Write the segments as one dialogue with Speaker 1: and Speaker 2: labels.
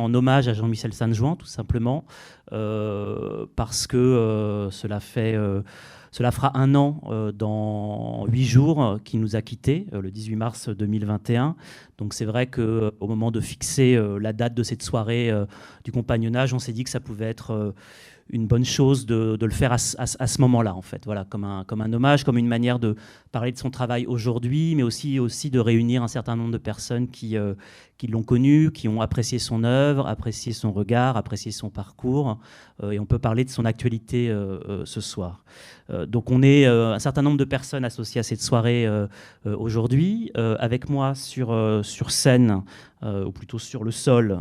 Speaker 1: en hommage à Jean-Michel Sane-Juan, tout simplement, parce que cela fera 1 an dans 8 jours qu'il nous a quittés, le 18 mars 2021. Donc c'est vrai qu'au moment de fixer la date de cette soirée du compagnonnage, on s'est dit que ça pouvait être une bonne chose de le faire à ce moment-là, en fait. Voilà, comme un hommage, comme une manière de parler de son travail aujourd'hui, mais aussi de réunir un certain nombre de personnes qui l'ont connu, qui ont apprécié son œuvre, apprécié son regard, apprécié son parcours. Et on peut parler de son actualité ce soir. Donc on est un certain nombre de personnes associées à cette soirée aujourd'hui. Avec moi sur scène, ou plutôt sur le sol,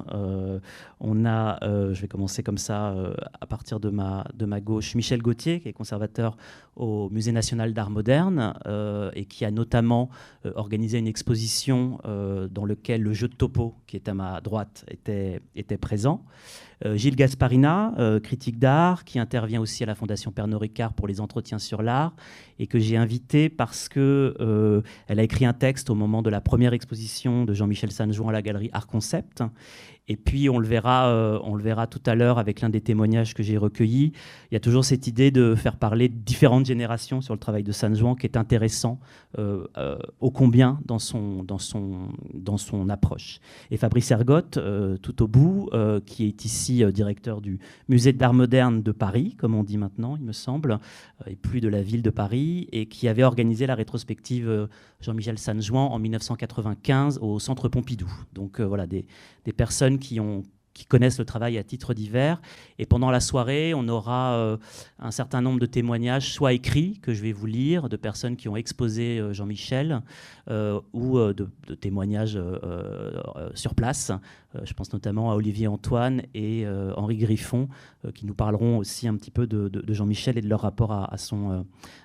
Speaker 1: on a, je vais commencer comme ça, à partir de ma gauche, Michel Gauthier, qui est conservateur au Musée national d'art moderne et qui a notamment organisé une exposition dans laquelle le jeu de topo, qui est à ma droite, était présent. Gilles Gasparina, critique d'art, qui intervient aussi à la Fondation Pernod Ricard pour les entretiens sur l'art, et que j'ai invité parce qu'elle a écrit un texte au moment de la première exposition de Jean-Michel Sane-Juan à la galerie Art Concept. Et puis on le verra tout à l'heure avec l'un des témoignages que j'ai recueillis. Il y a toujours cette idée de faire parler différentes générations sur le travail de Sane-Juan qui est intéressant ô combien dans son approche. Et Fabrice Ergotte, tout au bout, qui est ici directeur du Musée d'art moderne de Paris, comme on dit maintenant, il me semble, et plus de la ville de Paris, et qui avait organisé la rétrospective Jean-Michel Sane-Juan en 1995 au Centre Pompidou. Donc voilà, des personnes qui connaissent le travail à titre divers. Et pendant la soirée, on aura un certain nombre de témoignages, soit écrits, que je vais vous lire, de personnes qui ont exposé Jean-Michel, ou de témoignages sur place. Je pense notamment à Olivier Antoine et Henri Griffon, qui nous parleront aussi un petit peu de Jean-Michel et de leur rapport à son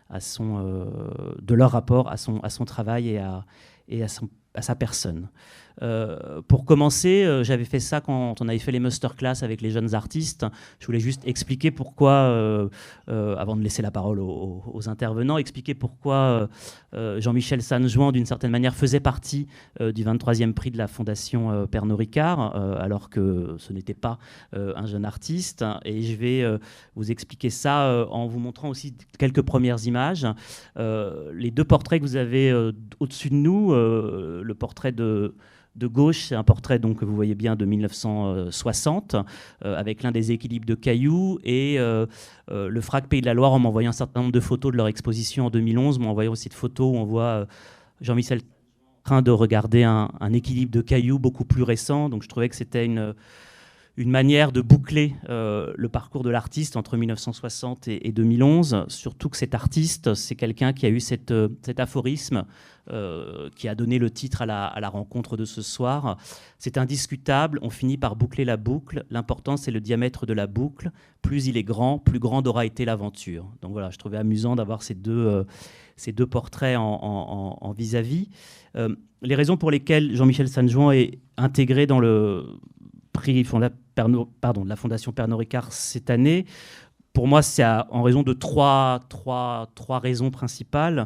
Speaker 1: travail et à sa personne. Pour commencer, j'avais fait ça quand on avait fait les masterclass avec les jeunes artistes. Je voulais juste expliquer pourquoi, avant de laisser la parole aux intervenants, expliquer pourquoi Jean-Michel Sane-Juan, d'une certaine manière, faisait partie du 23e prix de la Fondation Pernod Ricard, alors que ce n'était pas un jeune artiste. Et je vais vous expliquer ça en vous montrant aussi quelques premières images. Les 2 portraits que vous avez au-dessus de nous, le portrait de gauche, c'est un portrait donc, que vous voyez bien de 1960, avec l'un des équilibres de cailloux, et le FRAC Pays de la Loire, en m'envoyant un certain nombre de photos de leur exposition en 2011, m'envoyant aussi de photos où on voit Jean-Michel en train de regarder un équilibre de cailloux beaucoup plus récent. Donc je trouvais que c'était une manière de boucler le parcours de l'artiste entre 1960 et 2011, surtout que cet artiste, c'est quelqu'un qui a eu cet aphorisme qui a donné le titre à la rencontre de ce soir. C'est indiscutable, on finit par boucler la boucle. L'important, c'est le diamètre de la boucle. Plus il est grand, plus grande aura été l'aventure. Donc voilà, je trouvais amusant d'avoir ces deux portraits en vis-à-vis. Les raisons pour lesquelles Jean-Michel Sane-Juan est intégré dans le prix de la Fondation Pernod Ricard cette année, pour moi, c'est en raison de trois raisons principales.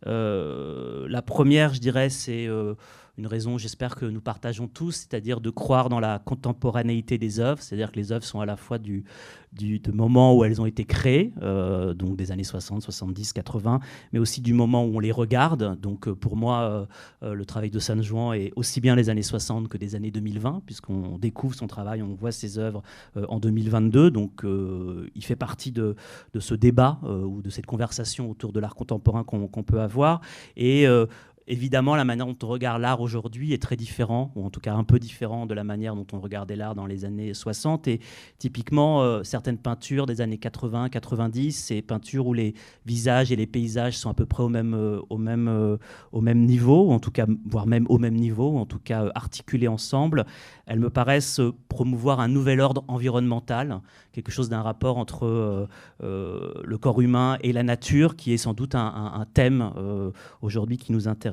Speaker 1: La première, je dirais, c'est une raison, j'espère que nous partageons tous, c'est-à-dire de croire dans la contemporanéité des œuvres, c'est-à-dire que les œuvres sont à la fois du moment où elles ont été créées, donc des années 60, 70, 80, mais aussi du moment où on les regarde. Donc pour moi, le travail de Sane-Juan est aussi bien les années 60 que des années 2020, puisqu'on découvre son travail, on voit ses œuvres en 2022. Donc il fait partie de ce débat ou de cette conversation autour de l'art contemporain qu'on peut avoir. Et évidemment, la manière dont on regarde l'art aujourd'hui est très différente, ou en tout cas un peu différent de la manière dont on regardait l'art dans les années 60. Et typiquement, certaines peintures des années 80, 90, ces peintures où les visages et les paysages sont à peu près au même niveau, ou en tout cas, voire même au même niveau, ou en tout cas articulés ensemble, elles me paraissent promouvoir un nouvel ordre environnemental, quelque chose d'un rapport entre le corps humain et la nature, qui est sans doute un thème aujourd'hui qui nous intéresse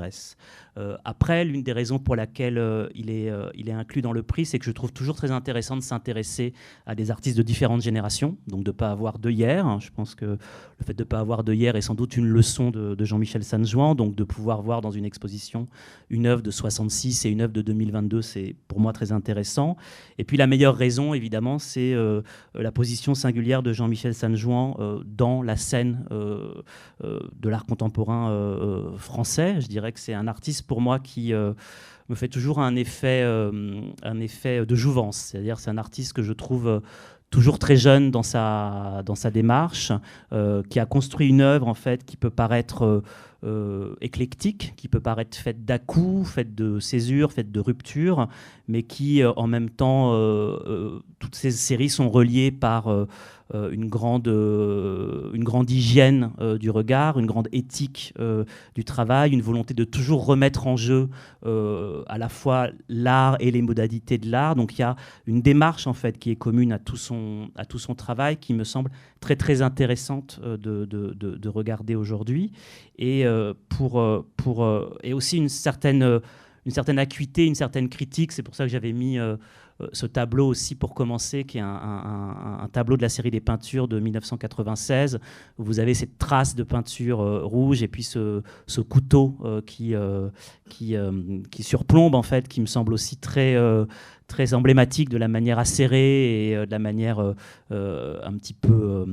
Speaker 1: m'intéresse. Après, l'une des raisons pour laquelle il est inclus dans le prix, c'est que je trouve toujours très intéressant de s'intéresser à des artistes de différentes générations, donc de ne pas avoir d'œillères. Je pense que le fait de ne pas avoir d'œillères est sans doute une leçon de Jean-Michel Sanjuan, donc de pouvoir voir dans une exposition une œuvre de 66 et une œuvre de 2022, c'est pour moi très intéressant. Et puis la meilleure raison, évidemment, c'est la position singulière de Jean-Michel Sanjuan dans la scène de l'art contemporain français. Je dirais que c'est un artiste pour moi qui me fait toujours un effet de jouvence. C'est-à-dire c'est un artiste que je trouve toujours très jeune dans sa démarche, qui a construit une œuvre en fait qui peut paraître éclectique, qui peut paraître faite d'à-coups, faite de césures, faite de ruptures, mais qui en même temps, toutes ces séries sont reliées par une grande hygiène du regard, une grande éthique du travail, une volonté de toujours remettre en jeu à la fois l'art et les modalités de l'art. Donc il y a une démarche en fait qui est commune à tout son travail, qui me semble très très intéressante de regarder aujourd'hui, et et aussi une certaine acuité, une certaine critique. C'est pour ça que j'avais mis ce tableau aussi pour commencer, qui est un tableau de la série des peintures de 1996, où vous avez cette trace de peinture rouge et puis ce couteau qui surplombe en fait, qui me semble aussi très emblématique de la manière acérée et de la manière un petit peu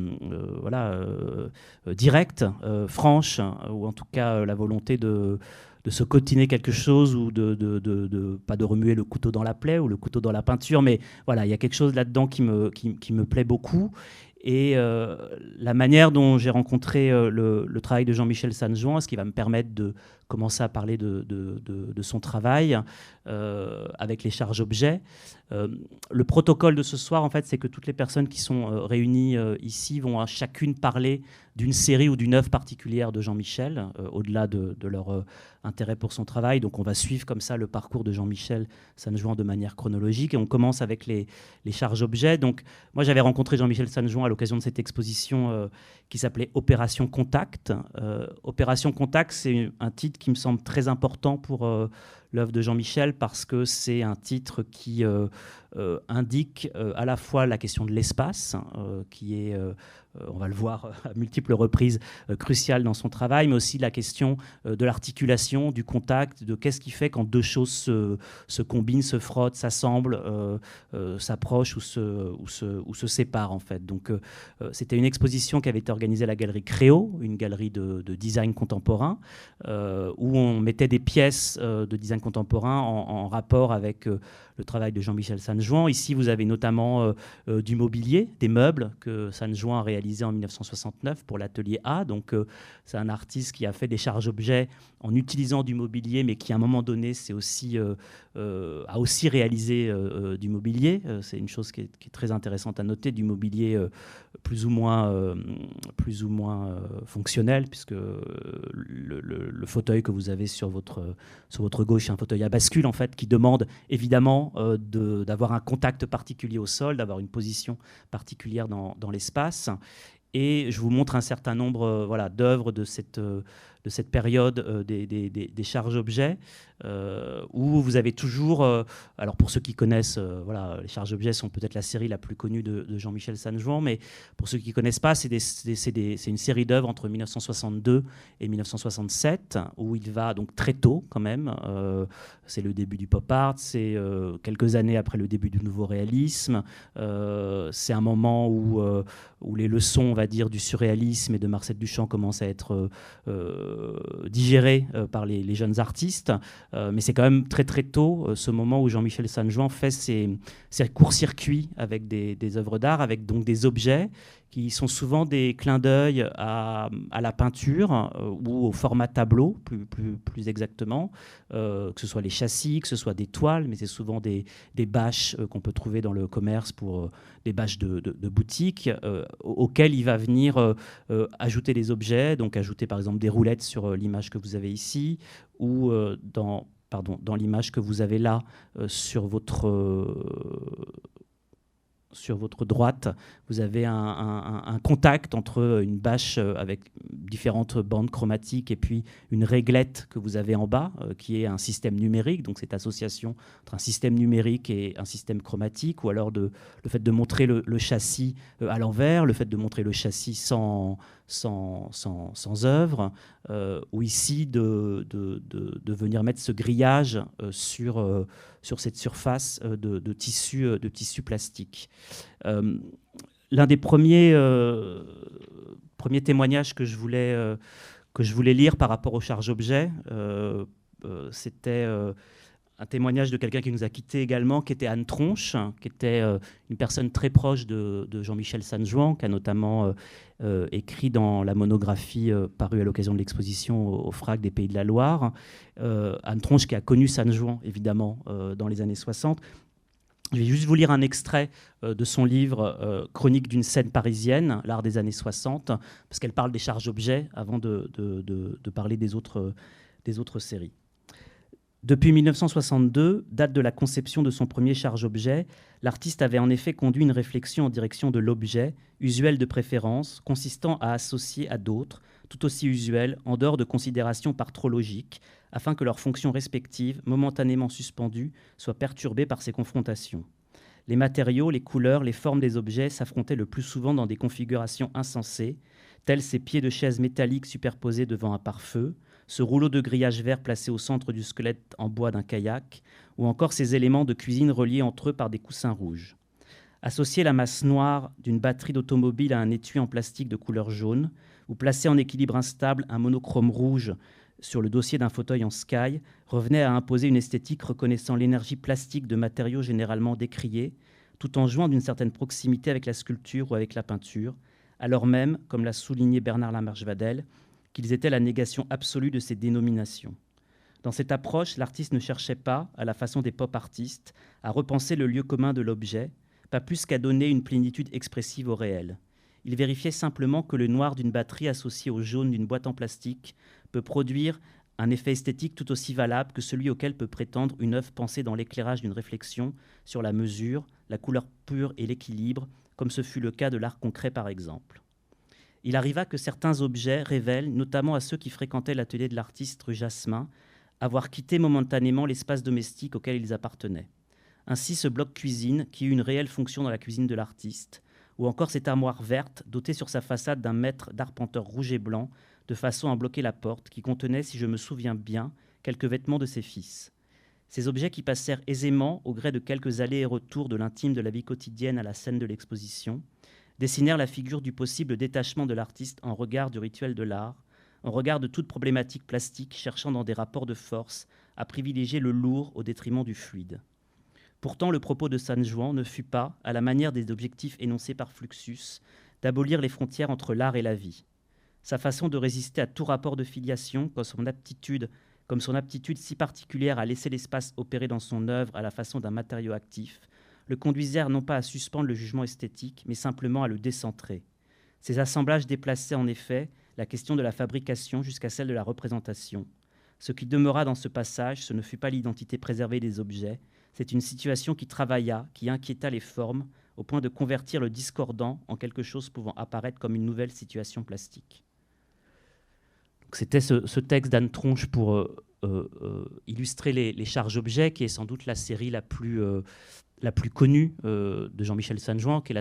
Speaker 1: directe, franche, ou en tout cas la volonté de se cotiner quelque chose, ou pas de remuer le couteau dans la plaie ou le couteau dans la peinture, mais voilà, il y a quelque chose là-dedans qui me plaît beaucoup. Et la manière dont j'ai rencontré le travail de Jean-Michel Sanjuan, ce qui va me permettre de commencer à parler de son travail avec les charges objets. Le protocole de ce soir, en fait, c'est que toutes les personnes qui sont réunies ici vont à chacune parler d'une série ou d'une œuvre particulière de Jean-Michel, au-delà de leur intérêt pour son travail. Donc on va suivre comme ça le parcours de Jean-Michel Sanjuan de manière chronologique, et on commence avec les charges objets. Donc moi j'avais rencontré Jean-Michel Sanjuan à l'occasion de cette exposition qui s'appelait Opération Contact. Opération Contact, c'est un titre qui me semble très important pour l'œuvre de Jean-Michel, parce que c'est un titre qui indique à la fois la question de l'espace, qui est, on va le voir à multiples reprises, cruciale dans son travail, mais aussi la question de l'articulation, du contact, de qu'est-ce qui fait quand deux choses se combinent, se frottent, s'assemblent, s'approchent ou se séparent en fait. Donc c'était une exposition qui avait été organisée à la galerie Créo, une galerie de design contemporain, où on mettait des pièces de design contemporain en rapport avec le travail de Jean-Michel Sanjuan. Ici, vous avez notamment du mobilier, des meubles que Sanjuan a réalisés en 1969 pour l'atelier A. Donc, c'est un artiste qui a fait des charges-objets en utilisant du mobilier, mais qui, à un moment donné, a aussi réalisé du mobilier. C'est une chose qui est très intéressante à noter, du mobilier plus ou moins fonctionnel, puisque le fauteuil que vous avez sur votre gauche est un fauteuil à bascule, en fait, qui demande évidemment d'avoir un contact particulier au sol, d'avoir une position particulière dans l'espace. Et je vous montre un certain nombre d'œuvres de cette période des charges-objets, où vous avez toujours, alors pour ceux qui connaissent, les charges-objets sont peut-être la série la plus connue de Jean-Michel Sanjuan, mais pour ceux qui ne connaissent pas, c'est une série d'œuvres entre 1962 et 1967, où il va donc très tôt quand même, c'est le début du pop art, c'est quelques années après le début du nouveau réalisme, c'est un moment où les leçons, on va dire, du surréalisme et de Marcel Duchamp commencent à être digérées par les jeunes artistes. Mais c'est quand même très très tôt, ce moment où Jean-Michel Sanjuan fait ses courts-circuits avec des œuvres d'art, avec donc des objets qui sont souvent des clins d'œil à la peinture ou au format tableau, plus exactement, que ce soit les châssis, que ce soit des toiles, mais c'est souvent des bâches qu'on peut trouver dans le commerce, pour des bâches de boutique, auxquelles il va venir ajouter des objets, donc ajouter par exemple des roulettes sur l'image que vous avez ici, ou dans l'image que vous avez là sur votre droite, vous avez un contact entre une bâche avec différentes bandes chromatiques et puis une réglette que vous avez en bas, qui est un système numérique, donc cette association entre un système numérique et un système chromatique, ou alors le fait de montrer le châssis à l'envers, le fait de montrer le châssis sans œuvre, ou ici de venir mettre ce grillage sur cette surface de tissu plastique. L'un des premiers témoignages que je voulais lire par rapport aux charges-objets, c'était un témoignage de quelqu'un qui nous a quittés également, qui était Anne Tronche, qui était une personne très proche de Jean-Michel Sanjuan, qui a notamment écrit dans la monographie parue à l'occasion de l'exposition au FRAC des Pays de la Loire. Anne Tronche qui a connu Sanjuan, évidemment, dans les années 60. Je vais juste vous lire un extrait de son livre Chronique d'une scène parisienne, l'art des années 60, parce qu'elle parle des charges-objets avant de parler des autres séries. Depuis 1962, date de la conception de son premier charge-objet, l'artiste avait en effet conduit une réflexion en direction de l'objet, usuel de préférence, consistant à associer à d'autres, tout aussi usuels, en dehors de considérations par trop logiques, afin que leurs fonctions respectives, momentanément suspendues, soient perturbées par ces confrontations. Les matériaux, les couleurs, les formes des objets s'affrontaient le plus souvent dans des configurations insensées, tels ces pieds de chaise métalliques superposés devant un pare-feu, ce rouleau de grillage vert placé au centre du squelette en bois d'un kayak, ou encore ces éléments de cuisine reliés entre eux par des coussins rouges. Associer la masse noire d'une batterie d'automobile à un étui en plastique de couleur jaune, ou placer en équilibre instable un monochrome rouge sur le dossier d'un fauteuil en sky, revenait à imposer une esthétique reconnaissant l'énergie plastique de matériaux généralement décriés, tout en jouant d'une certaine proximité avec la sculpture ou avec la peinture, alors même, comme l'a souligné Bernard Lamarche-Vadel, qu'ils étaient la négation absolue de ces dénominations. Dans cette approche, l'artiste ne cherchait pas, à la façon des pop artistes, à repenser le lieu commun de l'objet, pas plus qu'à donner une plénitude expressive au réel. Il vérifiait simplement que le noir d'une batterie associé au jaune d'une boîte en plastique peut produire un effet esthétique tout aussi valable que celui auquel peut prétendre une œuvre pensée dans l'éclairage d'une réflexion sur la mesure, la couleur pure et l'équilibre, comme ce fut le cas de l'art concret par exemple. Il arriva que certains objets révèlent, notamment à ceux qui fréquentaient l'atelier de l'artiste rue Jasmin, avoir quitté momentanément l'espace domestique auquel ils appartenaient. Ainsi ce bloc cuisine, qui eut une réelle fonction dans la cuisine de l'artiste, ou encore cette armoire verte, dotée sur sa façade d'un maître d'arpenteur rouge et blanc, de façon à bloquer la porte, qui contenait, si je me souviens bien, quelques vêtements de ses fils. Ces objets qui passèrent aisément, au gré de quelques allers et retours de l'intime de la vie quotidienne à la scène de l'exposition, dessinèrent la figure du possible détachement de l'artiste en regard du rituel de l'art, en regard de toute problématique plastique cherchant dans des rapports de force à privilégier le lourd au détriment du fluide. Pourtant, le propos de Sanjuan ne fut pas, à la manière des objectifs énoncés par Fluxus, d'abolir les frontières entre l'art et la vie. Sa façon de résister à tout rapport de filiation, comme son aptitude si particulière à laisser l'espace opérer dans son œuvre à la façon d'un matériau actif, le conduisèrent non pas à suspendre le jugement esthétique, mais simplement à le décentrer. Ces assemblages déplaçaient en effet la question de la fabrication jusqu'à celle de la représentation. Ce qui demeura dans ce passage, ce ne fut pas l'identité préservée des objets, c'est une situation qui travailla, qui inquiéta les formes, au point de convertir le discordant en quelque chose pouvant apparaître comme une nouvelle situation plastique. C'était ce texte d'Anne Tronche pour illustrer les charges-objets, qui est sans doute la série la plus connue de Jean-Michel Sanjuan, qui est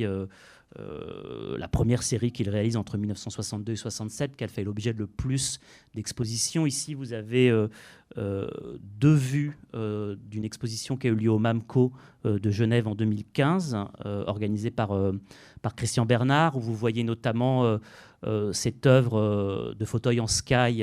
Speaker 1: la première série qu'il réalise entre 1962 et 1967, qui a fait l'objet le plus d'expositions. Ici, vous avez deux vues d'une exposition qui a eu lieu au MAMCO de Genève en 2015, organisée par Christian Bernard, où vous voyez notamment cette œuvre de fauteuil en sky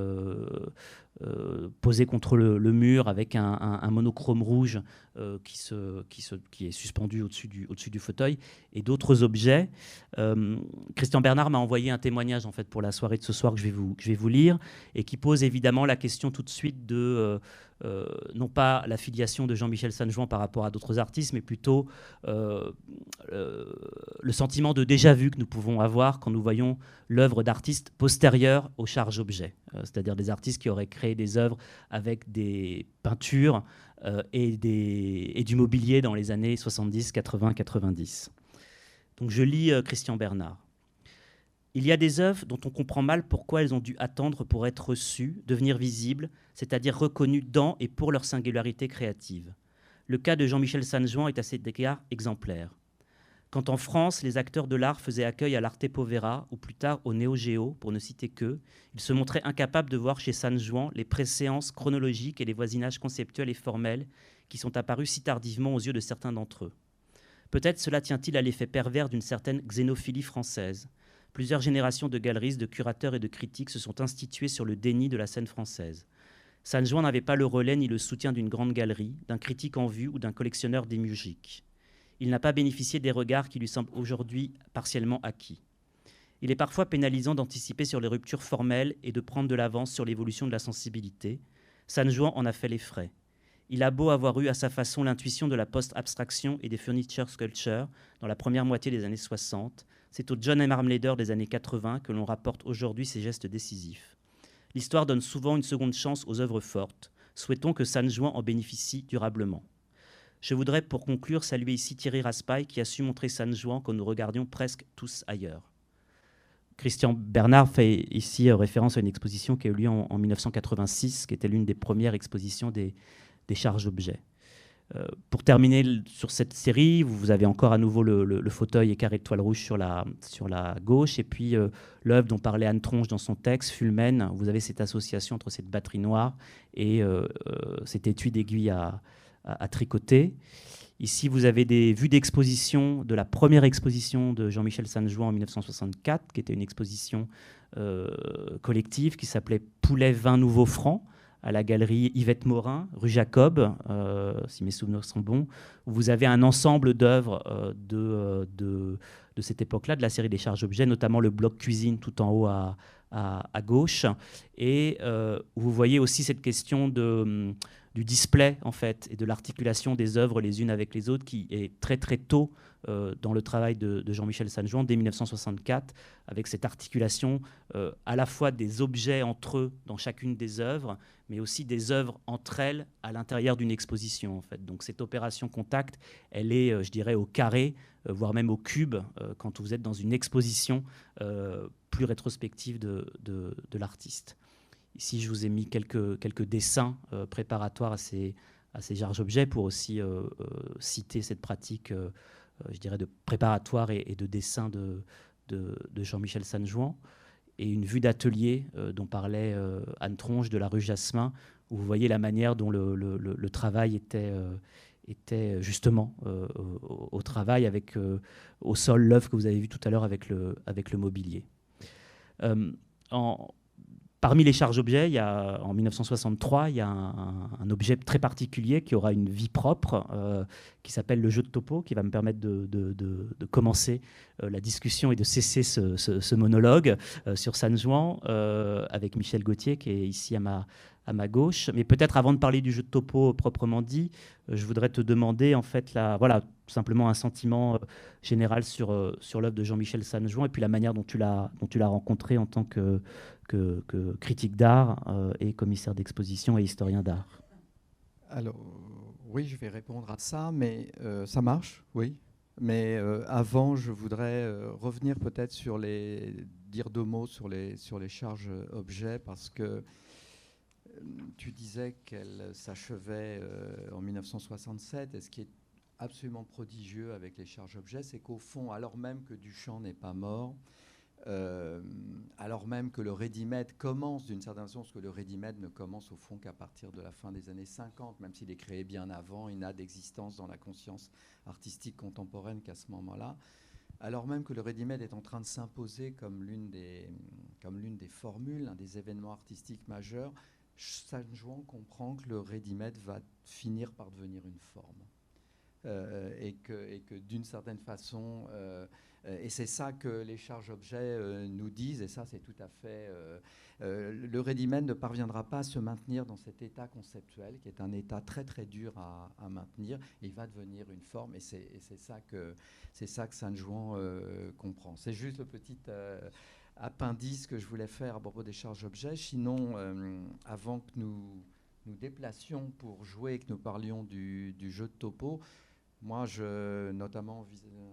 Speaker 1: posé contre le mur avec un monochrome rouge qui est suspendu au-dessus du fauteuil, et d'autres objets. Christian Bernard m'a envoyé un témoignage en fait, pour la soirée de ce soir que je vais vous lire, et qui pose évidemment la question tout de suite de non pas la filiation de Jean-Michel Sanjuan par rapport à d'autres artistes, mais plutôt le sentiment de déjà-vu que nous pouvons avoir quand nous voyons l'œuvre d'artistes postérieurs aux charges-objets, c'est-à-dire des artistes qui auraient créé des œuvres avec des peintures et du mobilier dans les années 70, 80, 90. Donc je lis Christian Bernard. Il y a des œuvres dont on comprend mal pourquoi elles ont dû attendre pour être reçues, devenir visibles, c'est-à-dire reconnues dans et pour leur singularité créative. Le cas de Jean-Michel Sanjuan est à cet égard exemplaire. Quand en France, les acteurs de l'art faisaient accueil à l'Arte Povera, ou plus tard au Neo Geo, pour ne citer qu'eux, ils se montraient incapables de voir chez Sanjuan les préséances chronologiques et les voisinages conceptuels et formels qui sont apparus si tardivement aux yeux de certains d'entre eux. Peut-être cela tient-il à l'effet pervers d'une certaine xénophilie française. Plusieurs générations de galeristes, de curateurs et de critiques se sont instituées sur le déni de la scène française. Sanjuan n'avait pas le relais ni le soutien d'une grande galerie, d'un critique en vue ou d'un collectionneur d'émugiques. Il n'a pas bénéficié des regards qui lui semblent aujourd'hui partiellement acquis. Il est parfois pénalisant d'anticiper sur les ruptures formelles et de prendre de l'avance sur l'évolution de la sensibilité. Sanjuan en a fait les frais. Il a beau avoir eu à sa façon l'intuition de la post-abstraction et des furniture sculpture dans la première moitié des années 60, c'est au John M. Armleder des années 80 que l'on rapporte aujourd'hui ses gestes décisifs. L'histoire donne souvent une seconde chance aux œuvres fortes. Souhaitons que Sanjuan en bénéficie durablement. Je voudrais pour conclure saluer ici Thierry Raspail qui a su montrer Sanjuan quand nous regardions presque tous ailleurs. Christian Bernard fait ici référence à une exposition qui a eu lieu en 1986, qui était l'une des premières expositions des charges-objets. Pour terminer sur cette série, vous avez encore à nouveau le fauteuil et carré de toile rouge sur la gauche, et puis l'œuvre dont parlait Anne Tronche dans son texte, Fulmen. Vous avez cette association entre cette batterie noire et cet étui d'aiguille à tricoter. Ici, vous avez des vues d'exposition de la première exposition de Jean-Michel Sanjuan en 1964, qui était une exposition collective qui s'appelait Poulet 20 nouveaux francs, à la galerie Yvette Morin, rue Jacob, si mes souvenirs sont bons. Vous avez un ensemble d'œuvres de cette époque-là, de la série des charges-objets, notamment le bloc cuisine tout en haut à gauche. Et vous voyez aussi cette question du display, en fait, et de l'articulation des œuvres les unes avec les autres, qui est très très tôt dans le travail de Jean-Michel Sanjuan, dès 1964, avec cette articulation à la fois des objets entre eux dans chacune des œuvres, mais aussi des œuvres entre elles à l'intérieur d'une exposition, en fait. Donc cette opération contact, elle est, je dirais, au carré, voire même au cube, quand vous êtes dans une exposition plus rétrospective de l'artiste. Ici, je vous ai mis quelques dessins préparatoires à ces charges-objets pour aussi citer cette pratique, je dirais, de préparatoire et de dessin de Jean-Michel Sanjuan. Et une vue d'atelier dont parlait Anne Tronche de la rue Jasmin, où vous voyez la manière dont le travail était justement au travail, avec au sol l'œuvre que vous avez vue tout à l'heure avec le mobilier. Parmi les charges-objets, en 1963, il y a un objet très particulier qui aura une vie propre, qui s'appelle le jeu de topo, qui va me permettre de commencer la discussion et de cesser ce monologue sur Sanjuan avec Michel Gauthier, qui est ici à ma gauche. Mais peut-être avant de parler du jeu de topo proprement dit, je voudrais te demander en fait voilà, simplement un sentiment général sur l'œuvre de Jean-Michel Sanjuan et puis la manière dont tu l'as rencontré en tant que critique d'art et commissaire d'exposition et historien d'art.
Speaker 2: Alors, oui, je vais répondre à ça, mais ça marche, oui. Mais avant, je voudrais revenir peut-être dire deux mots sur les charges objets, parce que tu disais qu'elle s'achevait en 1967, et ce qui est absolument prodigieux avec les charges objets, c'est qu'au fond, alors même que Duchamp n'est pas mort, alors même que le ready-made commence d'une certaine façon, parce que le ready-made ne commence au fond qu'à partir de la fin des années 50, même s'il est créé bien avant, il n'a d'existence dans la conscience artistique contemporaine qu'à ce moment-là. Alors même que le ready-made est en train de s'imposer comme l'une des formules, un des événements artistiques majeurs, Sanjuan comprend que le ready-made va finir par devenir une forme. Et que d'une certaine façon, et c'est ça que les charges-objets nous disent, et ça c'est tout à fait... le ready-made ne parviendra pas à se maintenir dans cet état conceptuel, qui est un état très très dur à maintenir, et il va devenir une forme, et c'est ça que Sanjuan comprend. C'est juste le petit... appendice que je voulais faire à propos des charges-objets. Sinon, avant que nous déplacions pour jouer et que nous parlions du jeu de topo, moi, notamment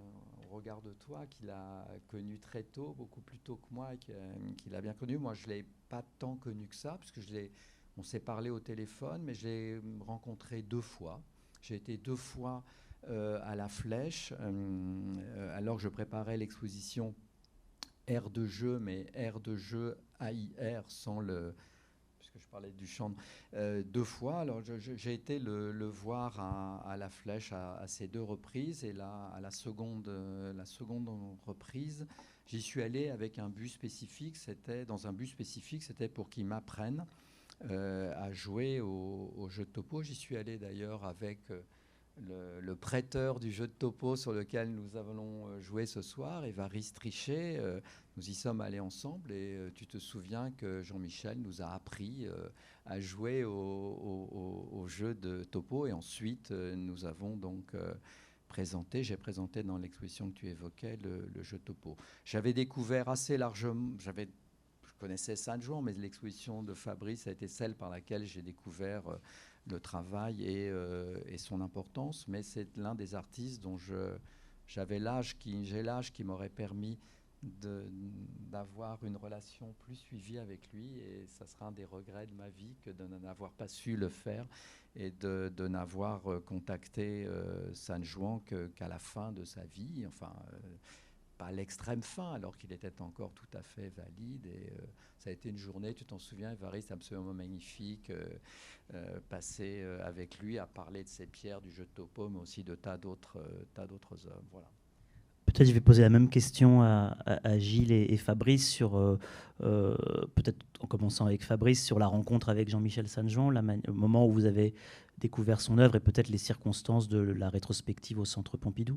Speaker 2: regard de toi, qu'il a connu très tôt, beaucoup plus tôt que moi, et qu'il a bien connu. Moi, je ne l'ai pas tant connu que ça, parce que on s'est parlé au téléphone, mais je l'ai rencontré 2 fois. J'ai été 2 fois à la Flèche, alors que je préparais l'exposition Air de jeu, mais Air de jeu AIR sans le... puisque je parlais du chant, 2 fois. Alors j'ai été le voir à la Flèche à ces 2 reprises, et là, à la seconde reprise, j'y suis allé avec un but spécifique. C'était pour qu'il m'apprenne à jouer au jeu de topo. J'y suis allé d'ailleurs avec le prêteur du jeu de topo sur lequel nous allons jouer ce soir, Évariste Trichet. Nous y sommes allés ensemble, et tu te souviens que Jean-Michel nous a appris à jouer au jeu de topo, et ensuite nous avons donc j'ai présenté dans l'exposition que tu évoquais le jeu de topo. J'avais découvert assez largement, je connaissais Saint-Jouan, mais l'exposition de Fabrice a été celle par laquelle j'ai découvert le travail et son importance. Mais c'est l'un des artistes dont j'ai l'âge qui m'aurait permis d'avoir une relation plus suivie avec lui, et ça sera un des regrets de ma vie que de n'avoir pas su le faire, et de n'avoir contacté Saint-Jouan qu'à la fin de sa vie, enfin pas à l'extrême fin, alors qu'il était encore tout à fait valide. Et ça a été une journée, tu t'en souviens, Évariste, absolument magnifique, passé avec lui à parler de ces pierres du jeu de topo, mais aussi de tas d'autres œuvres. Voilà.
Speaker 1: Peut-être je vais poser la même question à Gilles et Fabrice sur, peut-être en commençant avec Fabrice, sur la rencontre avec Jean-Michel Saint-Jean, le moment où vous avez découvert son œuvre, et peut-être les circonstances de la rétrospective au Centre Pompidou.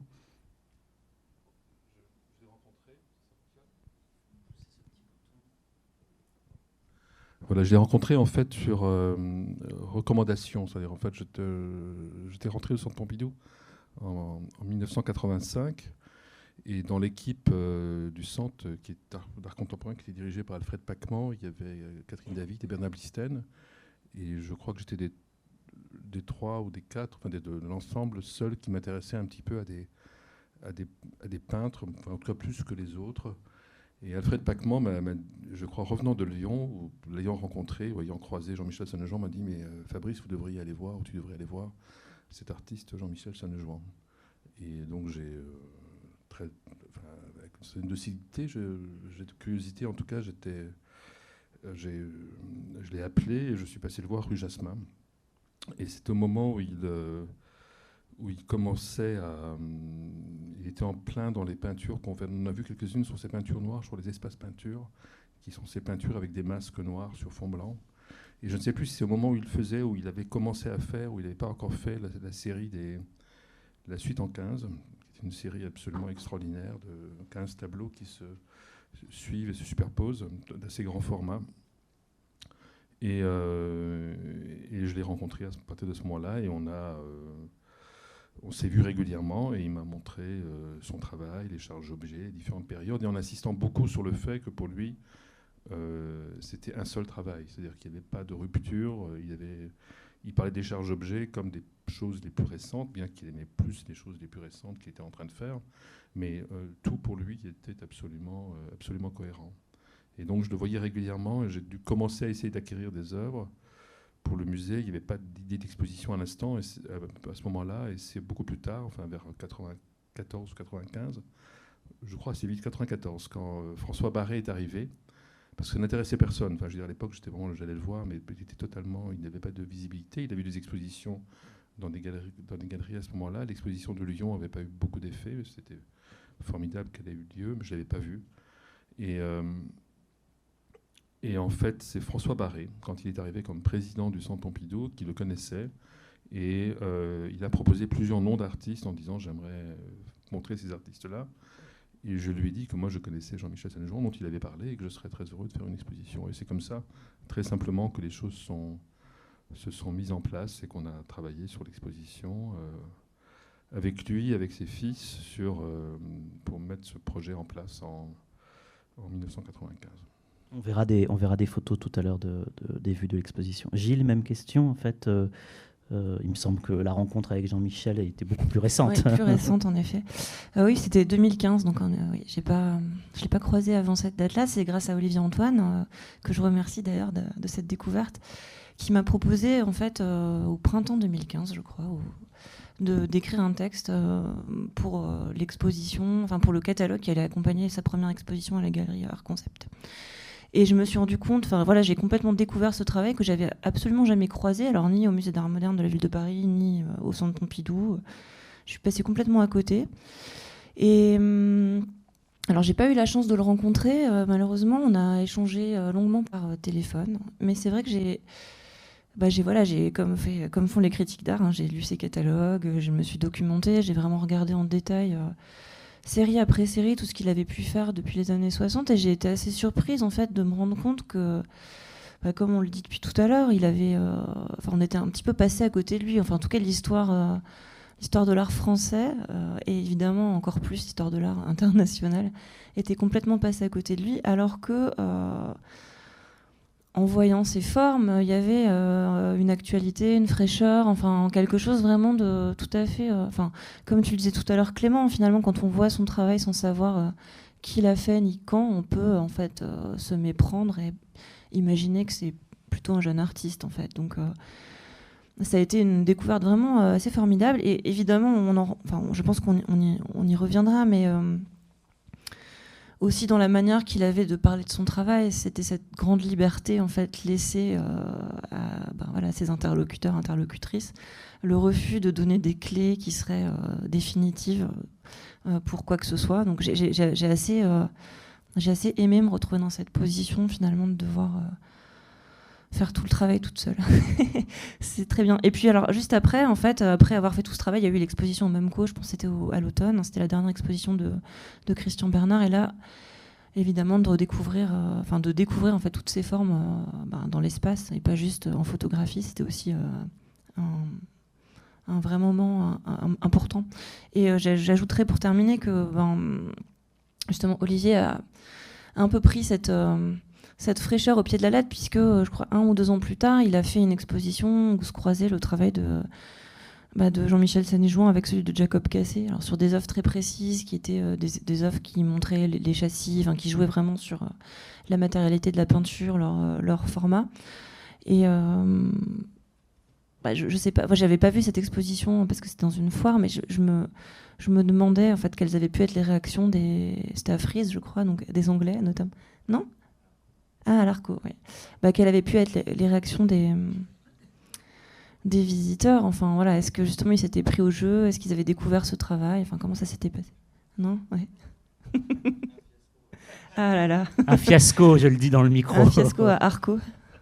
Speaker 3: Voilà, je l'ai rencontré en fait sur recommandation, c'est-à-dire en fait j'étais rentré au Centre Pompidou en 1985, et dans l'équipe du centre qui est d'art contemporain, qui était dirigée par Alfred Pacman, il y avait Catherine David et Bernard Blisten, et je crois que j'étais des 3 ou des 4, enfin de l'ensemble, seul qui m'intéressait un petit peu à des peintres, enfin, en tout cas plus que les autres. Et Alfred Pacman, je crois, revenant de Lyon, ou l'ayant rencontré, ou ayant croisé Jean-Michel Saint-Jean, m'a dit « Mais Fabrice, vous devriez aller voir, ou tu devrais aller voir cet artiste Jean-Michel Saint-Jean ». Et donc avec une docilité, j'ai de curiosité, en tout cas, je l'ai appelé et je suis passé le voir rue Jasmin. Et c'est au moment où il commençait il était en plein dans les peintures on a vu quelques-unes sur ces peintures noires, sur les espaces peintures, qui sont ces peintures avec des masques noirs sur fond blanc. Et je ne sais plus si c'est au moment où il faisait, où il avait commencé à faire, où il n'avait pas encore fait la série la suite en 15, qui est une série absolument extraordinaire de 15 tableaux qui se suivent et se superposent, d'assez grand format. Et je l'ai rencontré à partir de ce moment-là, et on s'est vu régulièrement, et il m'a montré son travail, les charges objets, les différentes périodes, et en insistant beaucoup sur le fait que pour lui, c'était un seul travail, c'est-à-dire qu'il n'y avait pas de rupture. Il parlait des charges objets comme des choses les plus récentes, bien qu'il aimait plus les choses les plus récentes qu'il était en train de faire, mais tout pour lui était absolument cohérent. Et donc je le voyais régulièrement, et j'ai dû commencer à essayer d'acquérir des œuvres pour le musée. Il n'y avait pas d'idée d'exposition à l'instant, à ce moment-là, et c'est beaucoup plus tard, enfin vers 94 ou 95, je crois assez vite, 94, quand François Barré est arrivé, parce que ça n'intéressait personne. Enfin, je veux dire, à l'époque, j'allais le voir, mais il n'avait pas de visibilité. Il avait eu des expositions dans des galeries à ce moment-là. L'exposition de Lyon n'avait pas eu beaucoup d'effet. C'était formidable qu'elle ait eu lieu, mais je ne l'avais pas vue. Et en fait, c'est François Barré, quand il est arrivé comme président du Centre Pompidou, qui le connaissait. Et il a proposé plusieurs noms d'artistes en disant « J'aimerais montrer ces artistes-là ». Et je lui ai dit que moi, je connaissais Jean-Michel Saint-Jean, dont il avait parlé, et que je serais très heureux de faire une exposition. Et c'est comme ça, très simplement, que les choses se sont mises en place, et qu'on a travaillé sur l'exposition avec lui, avec ses fils, pour mettre ce projet en place en 1995.
Speaker 1: On verra des photos tout à l'heure des vues de l'exposition. Gilles, même question, en fait. Il me semble que la rencontre avec Jean-Michel était beaucoup plus récente.
Speaker 4: Oui, plus récente en effet. Oui, c'était 2015, donc oui, je ne l'ai pas croisé avant cette date-là. C'est grâce à Olivier Antoine, que je remercie d'ailleurs de cette découverte, qui m'a proposé en fait au printemps 2015, je crois, d'écrire un texte pour l'exposition, enfin pour le catalogue qui allait accompagner sa première exposition à la galerie Art Concept. Et je me suis rendu compte, enfin voilà, j'ai complètement découvert ce travail que j'avais absolument jamais croisé, alors ni au musée d'art moderne de la ville de Paris, ni au centre Pompidou. Je suis passée complètement à côté. Et alors j'ai pas eu la chance de le rencontrer, malheureusement. On a échangé longuement par téléphone, mais c'est vrai que j'ai comme font les critiques d'art, hein, j'ai lu ses catalogues, je me suis documentée, j'ai vraiment regardé en détail. Série après série, tout ce qu'il avait pu faire depuis les années 60, et j'ai été assez surprise en fait de me rendre compte que, comme on le dit depuis tout à l'heure, on était un petit peu passé à côté de lui. Enfin, en tout cas, l'histoire de l'art français, et évidemment encore plus l'histoire de l'art international, était complètement passée à côté de lui, alors que en voyant ses formes, il y avait une actualité, une fraîcheur, enfin quelque chose vraiment de tout à fait... comme tu le disais tout à l'heure, Clément, finalement, quand on voit son travail sans savoir qui l'a fait ni quand, on peut en fait se méprendre et imaginer que c'est plutôt un jeune artiste, en fait. Donc ça a été une découverte vraiment assez formidable. Et évidemment, je pense qu'on y reviendra, mais... aussi dans la manière qu'il avait de parler de son travail, c'était cette grande liberté en fait laissée à ses interlocuteurs, interlocutrices, le refus de donner des clés qui seraient définitives pour quoi que ce soit. Donc j'ai assez aimé me retrouver dans cette position finalement de devoir faire tout le travail toute seule. C'est très bien. Et puis alors juste après, en fait, après avoir fait tout ce travail, il y a eu l'exposition au MEMCO, je pense que c'était à l'automne, c'était la dernière exposition de Christian Bernard, et là, évidemment, de découvrir en fait toutes ces formes dans l'espace, et pas juste en photographie, c'était aussi un vrai moment important. Et j'ajouterais pour terminer que justement Olivier a un peu pris cette fraîcheur au pied de la lettre, puisque je crois 1 ou 2 ans plus tard, il a fait une exposition où se croisait le travail de Jean-Michel Sanejouan avec celui de Jacob Cassé, alors sur des œuvres très précises qui étaient des œuvres qui montraient les châssis, qui jouaient vraiment sur la matérialité de la peinture, leur format. Et je sais pas, moi j'avais pas vu cette exposition parce que c'était dans une foire, mais je me demandais en fait quelles avaient pu être les réactions c'était à Frise, je crois, donc des Anglais notamment. Non ? Ah, à l'Arco, oui. Quelles avaient pu être les réactions des visiteurs, enfin voilà, est-ce que justement ils s'étaient pris au jeu, est-ce qu'ils avaient découvert ce travail, enfin comment ça s'était passé? Non, ouais. Ah là là.
Speaker 1: Un fiasco, je le dis dans le micro.
Speaker 4: Un fiasco à Arco.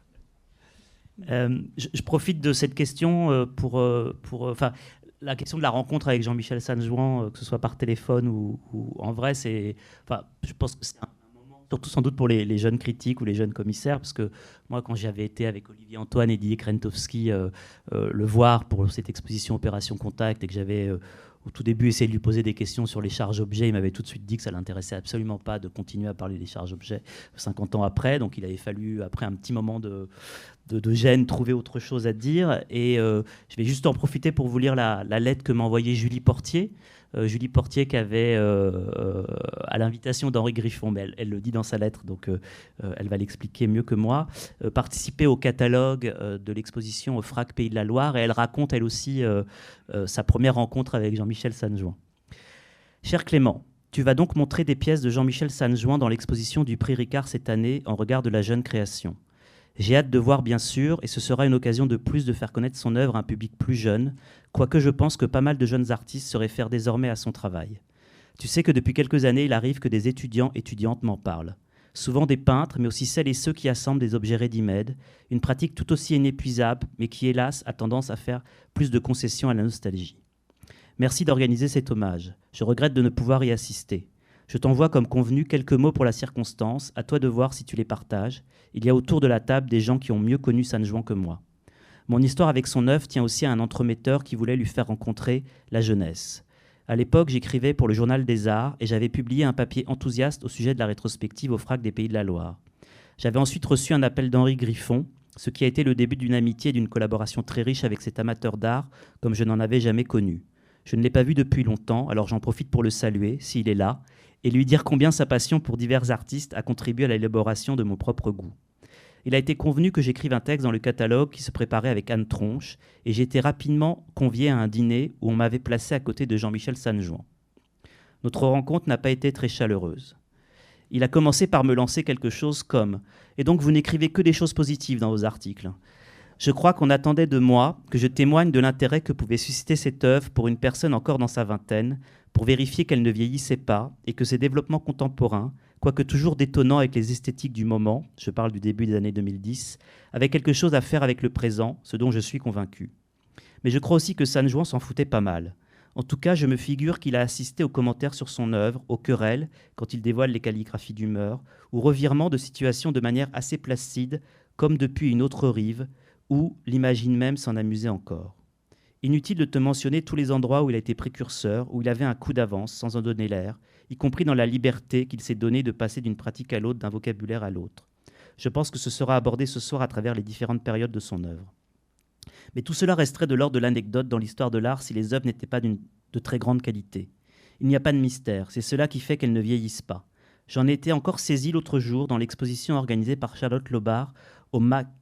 Speaker 1: Je profite de cette question pour la question de la rencontre avec Jean-Michel Sanejouan, que ce soit par téléphone ou en vrai, je pense que c'est un moment, surtout sans doute pour les jeunes critiques ou les jeunes commissaires, parce que moi, quand j'avais été avec Olivier Antoine et Didier Krentowski le voir pour cette exposition Opération Contact, et que j'avais au tout début essayé de lui poser des questions sur les charges objets, il m'avait tout de suite dit que ça ne l'intéressait absolument pas de continuer à parler des charges objets 50 ans après, donc il avait fallu, après un petit moment de gêne, trouver autre chose à dire. Et je vais juste en profiter pour vous lire la lettre que m'a envoyée Julie Portier. Julie Portier qui avait, à l'invitation d'Henri Griffon, mais elle le dit dans sa lettre, donc elle va l'expliquer mieux que moi, participé au catalogue de l'exposition au FRAC Pays de la Loire, et elle raconte elle aussi sa première rencontre avec Jean-Michel Sanejouan. Cher Clément, tu vas donc montrer des pièces de Jean-Michel Sanejouan dans l'exposition du prix Ricard cette année en regard de la jeune création. J'ai hâte de voir, bien sûr, et ce sera une occasion de plus de faire connaître son œuvre à un public plus jeune, quoique je pense que pas mal de jeunes artistes se réfèrent désormais à son travail. Tu sais que depuis quelques années, il arrive que des étudiantes m'en parlent. Souvent des peintres, mais aussi celles et ceux qui assemblent des objets ready-made, une pratique tout aussi inépuisable, mais qui, hélas, a tendance à faire plus de concessions à la nostalgie. Merci d'organiser cet hommage. Je regrette de ne pouvoir y assister. Je t'envoie comme convenu quelques mots pour la circonstance, à toi de voir si tu les partages. Il y a autour de la table des gens qui ont mieux connu Sanejouan que moi. Mon histoire avec son œuvre tient aussi à un entremetteur qui voulait lui faire rencontrer la jeunesse. À l'époque, j'écrivais pour le Journal des Arts et j'avais publié un papier enthousiaste au sujet de la rétrospective au FRAC des Pays de la Loire. J'avais ensuite reçu un appel d'Henri Griffon, ce qui a été le début d'une amitié et d'une collaboration très riche avec cet amateur d'art comme je n'en avais jamais connu. Je ne l'ai pas vu depuis longtemps, alors j'en profite pour le saluer, s'il est là, et lui dire combien sa passion pour divers artistes a contribué à l'élaboration de mon propre goût. Il a été convenu que j'écrive un texte dans le catalogue qui se préparait avec Anne Tronche, et j'ai été rapidement convié à un dîner où on m'avait placé à côté de Jean-Michel Sanjuan. Notre rencontre n'a pas été très chaleureuse. Il a commencé par me lancer quelque chose comme « Et donc vous n'écrivez que des choses positives dans vos articles ?» Je crois qu'on attendait de moi que je témoigne de l'intérêt que pouvait susciter cette œuvre pour une personne encore dans sa vingtaine, pour vérifier qu'elle ne vieillissait pas et que ses développements contemporains, quoique toujours détonnants avec les esthétiques du moment, je parle du début des années 2010, avaient quelque chose à faire avec le présent, ce dont je suis convaincu. Mais je crois aussi que Sanjuan s'en foutait pas mal. En tout cas, je me figure qu'il a assisté aux commentaires sur son œuvre, aux querelles, quand il dévoile les calligraphies d'humeur, aux revirements de situation de manière assez placide, comme depuis une autre rive, où l'imagine même s'en amusait encore. Inutile de te mentionner tous les endroits où il a été précurseur, où il avait un coup d'avance sans en donner l'air, y compris dans la liberté qu'il s'est donnée de passer d'une pratique à l'autre, d'un vocabulaire à l'autre. Je pense que ce sera abordé ce soir à travers les différentes périodes de son œuvre. Mais tout cela resterait de l'ordre de l'anecdote dans l'histoire de l'art si les œuvres n'étaient pas de très grande qualité. Il n'y a pas de mystère, c'est cela qui fait qu'elles ne vieillissent pas. J'en ai été encore saisi l'autre jour dans l'exposition organisée par Charlotte Lobard au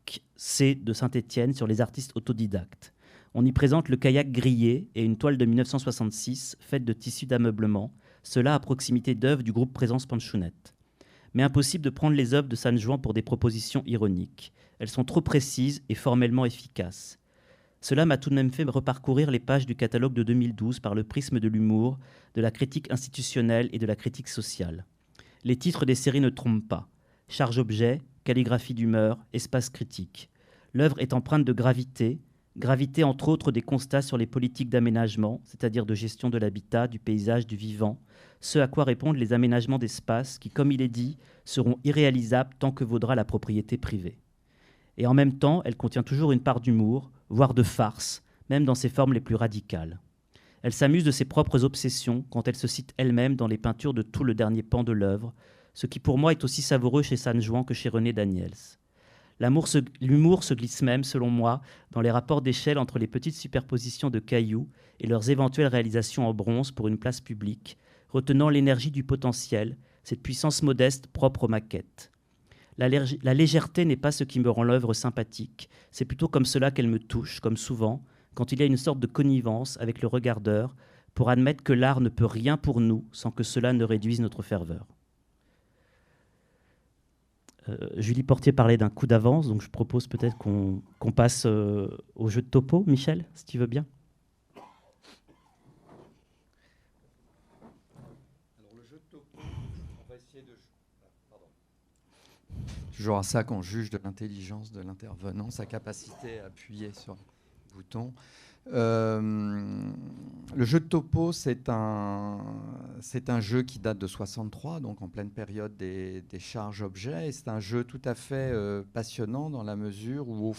Speaker 1: MAC-C de Saint-Étienne sur les artistes autodidactes. On y présente le kayak grillé et une toile de 1966 faite de tissus d'ameublement, cela à proximité d'œuvres du groupe Présence Panchounette. Mais impossible de prendre les œuvres de Sanjuan pour des propositions ironiques. Elles sont trop précises et formellement efficaces. Cela m'a tout de même fait reparcourir les pages du catalogue de 2012 par le prisme de l'humour, de la critique institutionnelle et de la critique sociale. Les titres des séries ne trompent pas. Charge-objet, calligraphie d'humeur, espace critique. L'œuvre est empreinte de gravité, gravité entre autres des constats sur les politiques d'aménagement, c'est-à-dire de gestion de l'habitat, du paysage, du vivant, ce à quoi répondent les aménagements d'espace qui, comme il est dit, seront irréalisables tant que vaudra la propriété privée. Et en même temps, elle contient toujours une part d'humour, voire de farce, même dans ses formes les plus radicales. Elle s'amuse de ses propres obsessions quand elle se cite elle-même dans les peintures de tout le dernier pan de l'œuvre, ce qui pour moi est aussi savoureux chez Sanjuan que chez René Daniels. L'humour se glisse même, selon moi, dans les rapports d'échelle entre les petites superpositions de cailloux et leurs éventuelles réalisations en bronze pour une place publique, retenant l'énergie du potentiel, cette puissance modeste propre aux maquettes. La légèreté n'est pas ce qui me rend l'œuvre sympathique, c'est plutôt comme cela qu'elle me touche, comme souvent, quand il y a une sorte de connivence avec le regardeur pour admettre que l'art ne peut rien pour nous sans que cela ne réduise notre ferveur. Julie Portier parlait d'un coup d'avance, donc je propose peut-être qu'on passe au jeu de topo. Michel, si tu veux bien.
Speaker 2: Alors le jeu de topo, on va essayer de... Pardon. Toujours à ça qu'on juge de l'intelligence de l'intervenant, sa capacité à appuyer sur le bouton. Le jeu de topo, c'est un jeu qui date de 63, donc en pleine période des charges-objets. Et c'est un jeu tout à fait passionnant dans la mesure où,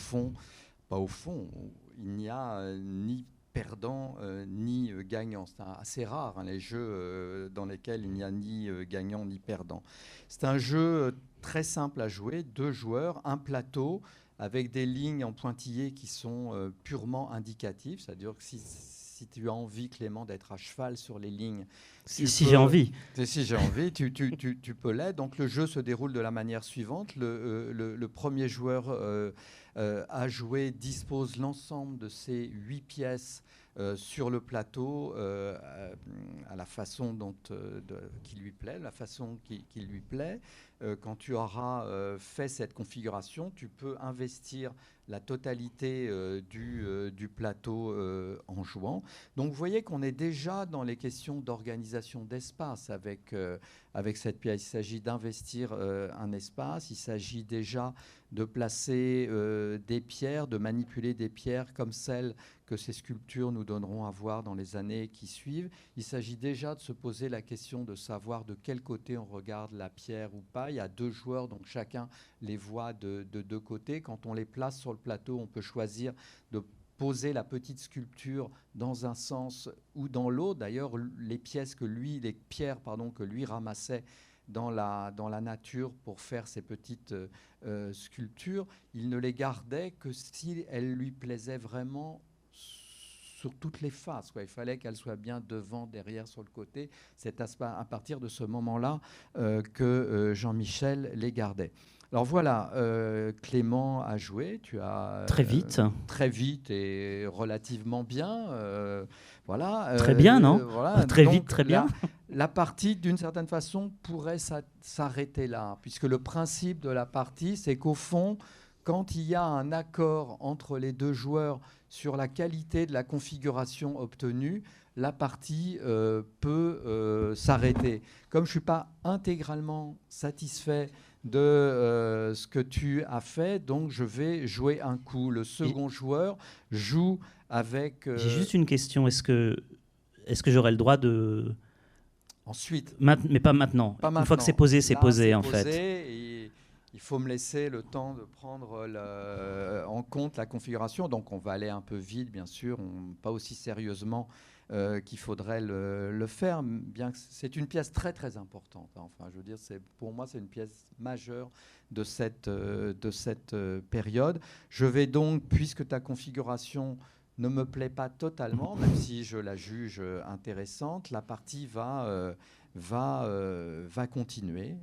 Speaker 2: il n'y a ni perdant ni gagnant. C'est assez rare, hein, les jeux dans lesquels il n'y a ni gagnant ni perdant. C'est un jeu très simple à jouer, 2 joueurs, un plateau, avec des lignes en pointillés qui sont purement indicatives. C'est-à-dire que si tu as envie, Clément, d'être à cheval sur les lignes...
Speaker 1: Si j'ai envie.
Speaker 2: Si j'ai envie, tu peux l'être. Donc le jeu se déroule de la manière suivante. Le premier joueur à jouer dispose l'ensemble de ses 8 pièces sur le plateau à la façon qui lui plaît, la façon qui lui plaît. Quand tu auras fait cette configuration, tu peux investir la totalité du plateau en jouant. Donc vous voyez qu'on est déjà dans les questions d'organisation d'espace avec cette pièce. Il s'agit d'investir un espace, il s'agit déjà de placer des pierres, de manipuler des pierres comme celles que ces sculptures nous donneront à voir dans les années qui suivent. Il s'agit déjà de se poser la question de savoir de quel côté on regarde la pierre ou pas. Il y a 2 joueurs, donc chacun les voit de 2 côtés. Quand on les place sur le plateau, on peut choisir de poser la petite sculpture dans un sens ou dans l'autre. D'ailleurs, les pierres que lui ramassait dans la nature pour faire ces petites sculptures, il ne les gardait que si elles lui plaisaient vraiment sur toutes les faces, quoi. Il fallait qu'elles soient bien devant, derrière, sur le côté. C'est à partir de ce moment-là que Jean-Michel les gardait. Alors voilà, Clément a joué, tu as...
Speaker 1: Très vite.
Speaker 2: Très vite et relativement bien. Voilà,
Speaker 1: très bien, non
Speaker 2: voilà.
Speaker 1: Très
Speaker 2: Donc,
Speaker 1: vite, très bien.
Speaker 2: La partie, d'une certaine façon, pourrait s'arrêter là, puisque le principe de la partie, c'est qu'au fond, quand il y a un accord entre les deux joueurs sur la qualité de la configuration obtenue, la partie peut s'arrêter. Comme je ne suis pas intégralement satisfait de ce que tu as fait, donc je vais jouer un coup. Le second joueur joue avec...
Speaker 1: J'ai juste une question. Est-ce que j'aurais le droit de...
Speaker 2: Ensuite.
Speaker 1: Mais pas maintenant. Une fois que c'est posé, c'est posé, en fait.
Speaker 2: Et il faut me laisser le temps de prendre en compte la configuration. Donc on va aller un peu vite, bien sûr, pas aussi sérieusement qu'il faudrait le faire, bien que c'est une pièce très très importante. Enfin, je veux dire, pour moi, c'est une pièce majeure de cette période. Je vais donc, puisque ta configuration ne me plaît pas totalement, même si je la juge intéressante, la partie va continuer.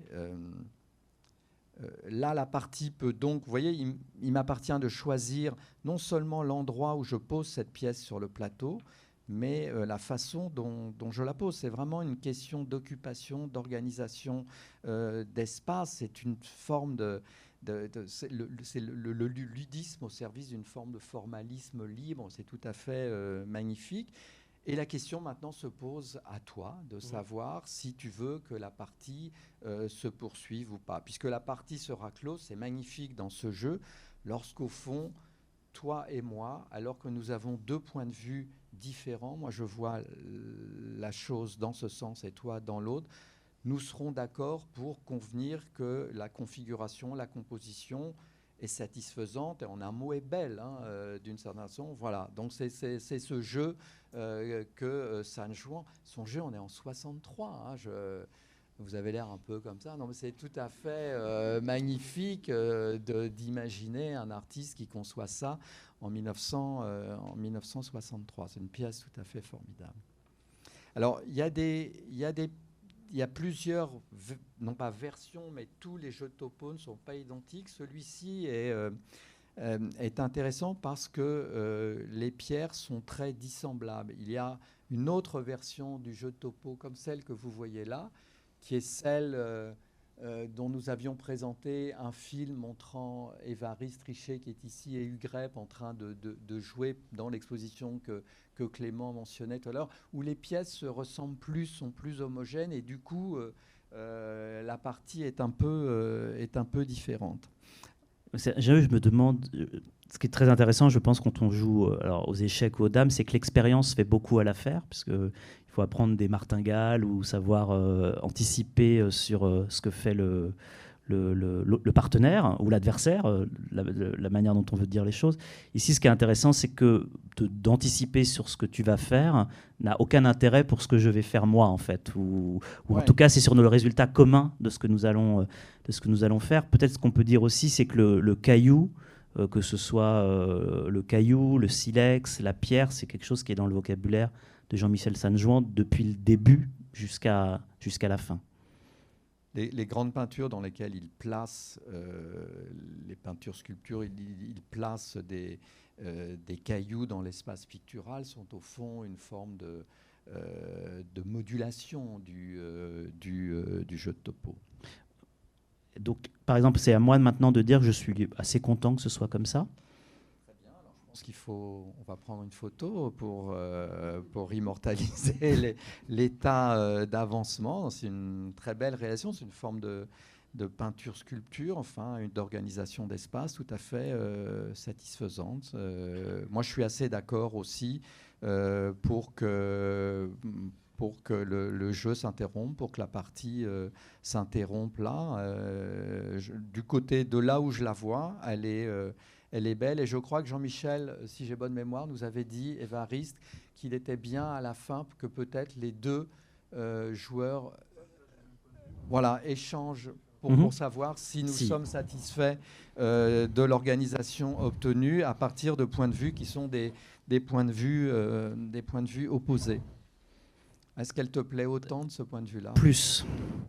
Speaker 2: Là, la partie peut donc... Vous voyez, il m'appartient de choisir non seulement l'endroit où je pose cette pièce sur le plateau, mais la façon dont je la pose. C'est vraiment une question d'occupation, d'organisation d'espace. C'est une forme c'est le ludisme au service d'une forme de formalisme libre. C'est tout à fait magnifique. Et la question maintenant se pose à toi de savoir si tu veux que la partie se poursuive ou pas. Puisque la partie sera close, c'est magnifique dans ce jeu, lorsqu'au fond, toi et moi, alors que nous avons deux points de vue différents, moi je vois la chose dans ce sens et toi dans l'autre, nous serons d'accord pour convenir que la configuration, la composition est satisfaisante et en un mot est belle, d'une certaine façon. Voilà, donc c'est ce jeu que San Juan, son jeu on est en 63, vous avez l'air un peu comme ça, non mais c'est tout à fait magnifique d'imaginer un artiste qui conçoit ça en 1963. C'est une pièce tout à fait formidable. Alors il y a plusieurs, non pas versions, mais tous les jeux de topo ne sont pas identiques. Celui-ci est intéressant parce que les pierres sont très dissemblables. Il y a une autre version du jeu de topo, comme celle que vous voyez là, qui est celle dont nous avions présenté un film montrant Évariste Richer, qui est ici, et Hugues Repp en train de jouer dans l'exposition que Clément mentionnait tout à l'heure, où les pièces se ressemblent plus, sont plus homogènes, et du coup, la partie est un peu différente.
Speaker 1: Je me demande, ce qui est très intéressant, je pense, quand on joue alors, aux échecs ou aux dames, c'est que l'expérience fait beaucoup à l'affaire, parce qu'il faut apprendre des martingales ou savoir anticiper sur ce que fait le partenaire ou l'adversaire, la manière dont on veut dire les choses. Ici, ce qui est intéressant, c'est que d'anticiper sur ce que tu vas faire n'a aucun intérêt pour ce que je vais faire moi, en fait. Ou en tout cas, c'est sur le résultat commun de ce que nous allons faire. Peut-être ce qu'on peut dire aussi, c'est que le caillou, que ce soit le caillou, le silex, la pierre, c'est quelque chose qui est dans le vocabulaire de Jean-Michel San Juan depuis le début jusqu'à la fin.
Speaker 2: Les grandes peintures dans lesquelles il place, les peintures sculptures, il place des cailloux dans l'espace pictural, sont au fond une forme de modulation du jeu de topo.
Speaker 1: Donc, par exemple, c'est à moi maintenant de dire que je suis assez content que ce soit comme ça.
Speaker 2: Très bien. Alors, je pense on va prendre une photo pour immortaliser l'état d'avancement. C'est une très belle réalisation, c'est une forme de peinture-sculpture, enfin, d'organisation d'espace tout à fait satisfaisante. Moi, je suis assez d'accord aussi pour que le jeu s'interrompe, pour que la partie s'interrompe là. Du côté de là où je la vois, elle est belle. Et je crois que Jean-Michel, si j'ai bonne mémoire, nous avait dit, Évariste, qu'il était bien à la fin que peut-être les deux joueurs... Voilà, échange pour savoir si nous sommes satisfaits de l'organisation obtenue à partir de points de vue qui sont des points de vue opposés. Est-ce qu'elle te plaît autant de ce point de vue-là ?
Speaker 1: Plus.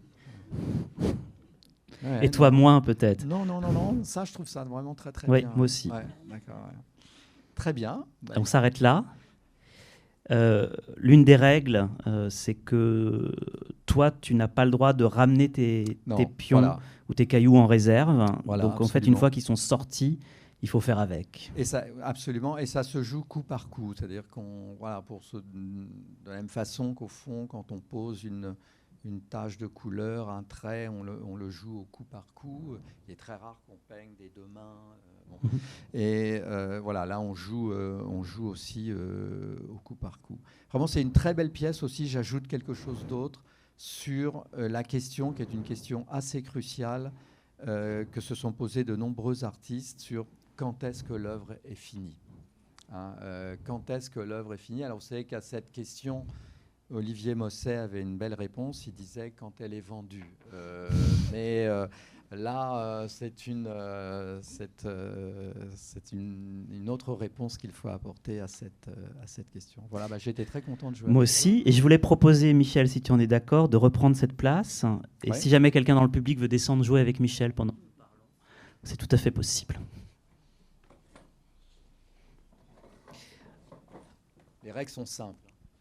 Speaker 2: Ouais,
Speaker 1: et toi, moins peut-être.
Speaker 2: Non. Ça, je trouve ça vraiment très bien.
Speaker 1: Oui, moi aussi.
Speaker 2: Ouais, d'accord. Ouais. Très bien.
Speaker 1: On s'arrête là. L'une des règles, c'est que toi, tu n'as pas le droit de ramener tes pions ou tes cailloux en réserve.
Speaker 2: Voilà,
Speaker 1: donc, en fait, une fois qu'ils sont sortis, il faut faire avec.
Speaker 2: Et ça, absolument. Et ça se joue coup par coup. C'est-à-dire de la même façon qu'au fond, quand on pose une tache de couleur, un trait, on le joue au coup par coup. Il est très rare qu'on peigne des deux mains. Et voilà, là, on joue aussi au coup par coup. Vraiment, c'est une très belle pièce aussi. J'ajoute quelque chose d'autre sur la question, qui est une question assez cruciale, que se sont posés de nombreux artistes sur quand est-ce que l'œuvre est finie. Quand est-ce que l'œuvre est finie ? Alors, vous savez qu'à cette question, Olivier Mosset avait une belle réponse. Il disait quand elle est vendue. Là, c'est une autre réponse qu'il faut apporter à cette question. Voilà, j'ai été très content de jouer.
Speaker 1: Moi aussi. Et je voulais proposer, Michel, si tu en es d'accord, de reprendre cette place. Et si jamais quelqu'un dans le public veut descendre jouer avec Michel pendant que nous parlons, c'est tout à fait possible.
Speaker 2: Les règles sont simples.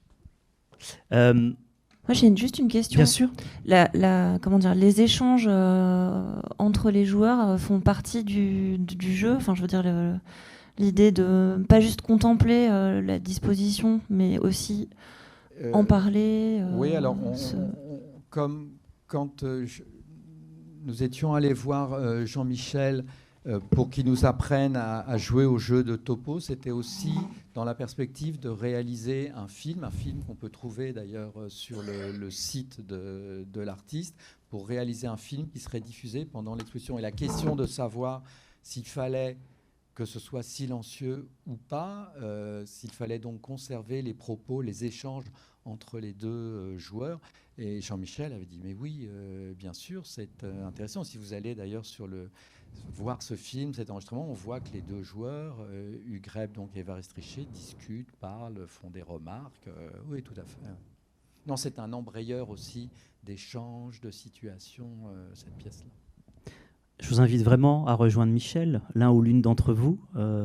Speaker 4: Moi, j'ai juste une question.
Speaker 1: Bien sûr.
Speaker 4: Comment dire, les échanges entre les joueurs font partie du jeu. Enfin, je veux dire, l'idée de pas juste contempler la disposition, mais aussi en parler.
Speaker 2: Oui, alors, comme quand nous étions allés voir Jean-Michel pour qu'il nous apprenne à jouer au jeu de topo, c'était aussi dans la perspective de réaliser un film qu'on peut trouver d'ailleurs sur le site de l'artiste, pour réaliser un film qui serait diffusé pendant l'exposition. Et la question de savoir s'il fallait que ce soit silencieux ou pas, s'il fallait donc conserver les propos, les échanges entre les deux joueurs. Et Jean-Michel avait dit, mais oui, bien sûr, c'est intéressant. Si vous allez d'ailleurs voir ce film, cet enregistrement, on voit que les deux joueurs, Hugues Greb donc et Évariste Richer, discutent, parlent, font des remarques. Oui, tout à fait. Non, c'est un embrayeur aussi d'échanges, de situations, cette pièce-là.
Speaker 1: Je vous invite vraiment à rejoindre Michel, l'un ou l'une d'entre vous,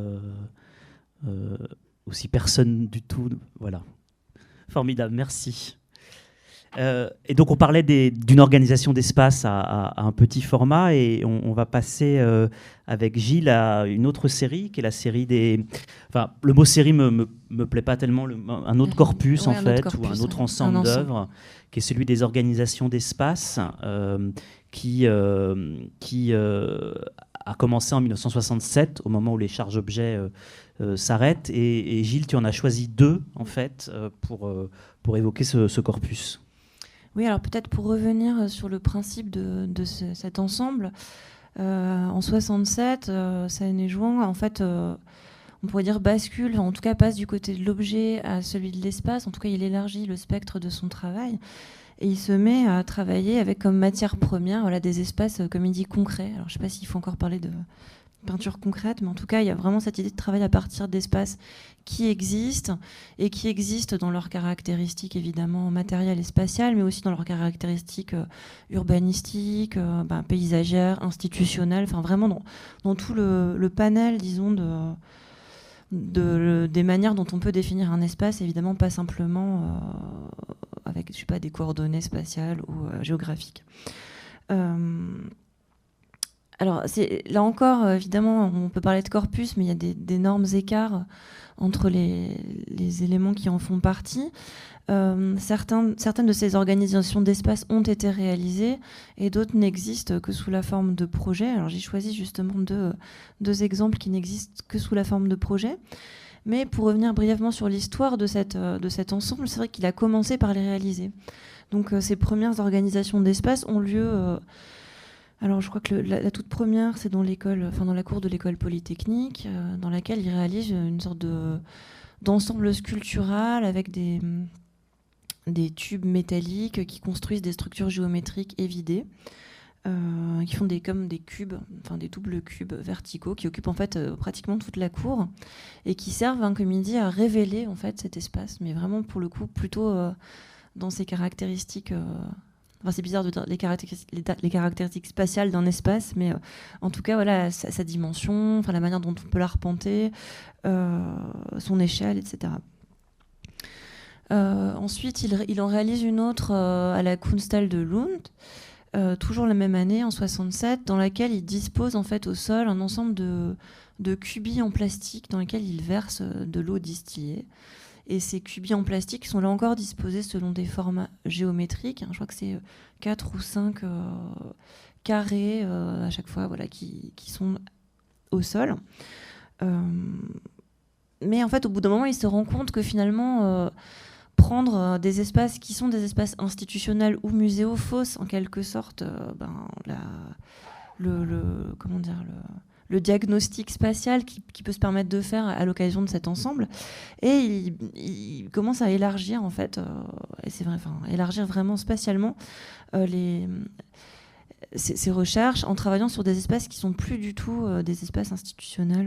Speaker 1: ou si personne du tout. Voilà. Formidable, merci. Et donc on parlait d'une organisation d'espace à un petit format, et on va passer avec Gilles à une autre série qui est la série des... Enfin, le mot série me plaît pas tellement, un autre corpus en fait, ou un autre ensemble d'œuvres, qui est celui des organisations d'espace, qui a commencé en 1967, au moment où les charges-objets s'arrêtent, et Gilles, tu en as choisi deux en fait pour évoquer ce corpus.
Speaker 4: Oui, alors peut-être pour revenir sur le principe de cet ensemble, en 67, Sahen Jouan, en fait, on pourrait dire bascule, en tout cas passe du côté de l'objet à celui de l'espace. En tout cas, il élargit le spectre de son travail et il se met à travailler avec comme matière première des espaces, comme il dit, concrets. Alors je ne sais pas s'il faut encore parler de peinture concrète, mais en tout cas, il y a vraiment cette idée de travailler à partir d'espaces qui existent dans leurs caractéristiques évidemment matérielles et spatiales, mais aussi dans leurs caractéristiques urbanistiques, paysagères, institutionnelles, enfin vraiment dans tout le panel, disons, des manières dont on peut définir un espace, évidemment pas simplement avec, je sais pas, des coordonnées spatiales ou géographiques. Alors, là encore, évidemment, on peut parler de corpus, mais il y a d'énormes écarts entre les éléments qui en font partie. Certaines de ces organisations d'espace ont été réalisées et d'autres n'existent que sous la forme de projets. Alors, j'ai choisi justement deux exemples qui n'existent que sous la forme de projets. Mais pour revenir brièvement sur l'histoire de cet ensemble, c'est vrai qu'il a commencé par les réaliser. Donc, ces premières organisations d'espace ont lieu... Alors, je crois que la toute première, c'est dans la cour de l'école polytechnique, dans laquelle il réalise une sorte d'ensemble sculptural avec des des tubes métalliques qui construisent des structures géométriques évidées, qui font comme des cubes, enfin des doubles cubes verticaux qui occupent en fait pratiquement toute la cour et qui servent, comme il dit, à révéler en fait cet espace, mais vraiment pour le coup plutôt dans ses caractéristiques. Enfin, c'est bizarre de dire les caractéristiques spatiales d'un espace, mais en tout cas, voilà, sa dimension, enfin la manière dont on peut l'arpenter, son échelle, etc. Ensuite, il en réalise une autre à la Kunsthalle de Lund. Toujours la même année, en 67, dans laquelle il dispose en fait au sol un ensemble de cubis en plastique dans lesquels il verse de l'eau distillée. Et ces cubis en plastique sont là encore disposés selon des formats géométriques. Je crois que c'est 4 ou 5 carrés à chaque fois, voilà, qui sont au sol. Mais en fait, au bout d'un moment, il se rend compte que finalement... prendre des espaces qui sont des espaces institutionnels ou muséaux fausse en quelque sorte le diagnostic spatial qui peut se permettre de faire à l'occasion de cet ensemble. Et il commence à élargir en fait, et c'est vrai, élargir vraiment spatialement ses recherches en travaillant sur des espaces qui sont plus du tout des espaces institutionnels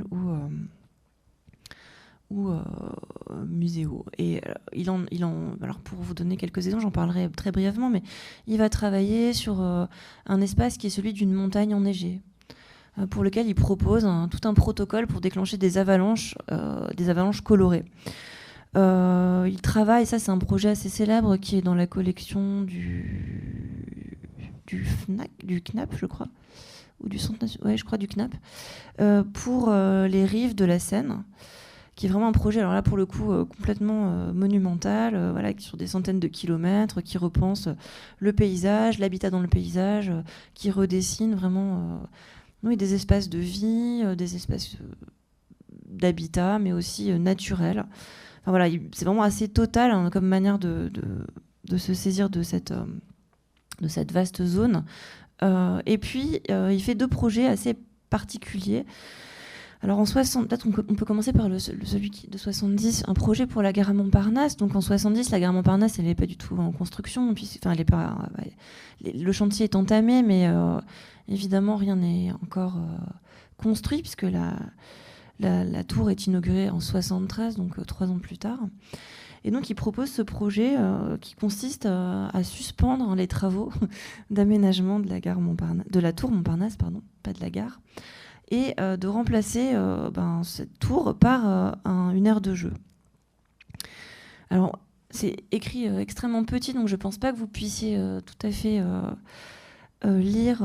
Speaker 4: ou muséaux. Et alors pour vous donner quelques exemples, j'en parlerai très brièvement, mais il va travailler sur un espace qui est celui d'une montagne enneigée, pour lequel il propose tout un protocole pour déclencher des avalanches colorées. Il travaille, ça c'est un projet assez célèbre qui est dans la collection du CNAP, je crois, ou du Centre national, ouais, je crois du CNAP, pour les rives de la Seine, qui est vraiment un projet, alors là pour le coup complètement monumental, voilà, sur des centaines de kilomètres, qui repense le paysage, l'habitat dans le paysage, qui redessine vraiment des espaces de vie, des espaces d'habitat, mais aussi naturels. Enfin, voilà, c'est vraiment assez total comme manière de se saisir de cette vaste zone. Et puis il fait 2 projets assez particuliers. Alors peut-être on peut commencer par celui de 70, un projet pour la gare Montparnasse. Donc en 70, la gare Montparnasse, elle n'est pas du tout en construction. Elle est pas, le chantier est entamé, mais évidemment rien n'est encore construit puisque la tour est inaugurée en 73, donc 3 ans plus tard. Et donc il propose ce projet qui consiste à suspendre les travaux d'aménagement de la tour Montparnasse, pardon, pas de la gare, et de remplacer cette tour par une aire de jeu. Alors, c'est écrit extrêmement petit, donc je ne pense pas que vous puissiez tout à fait lire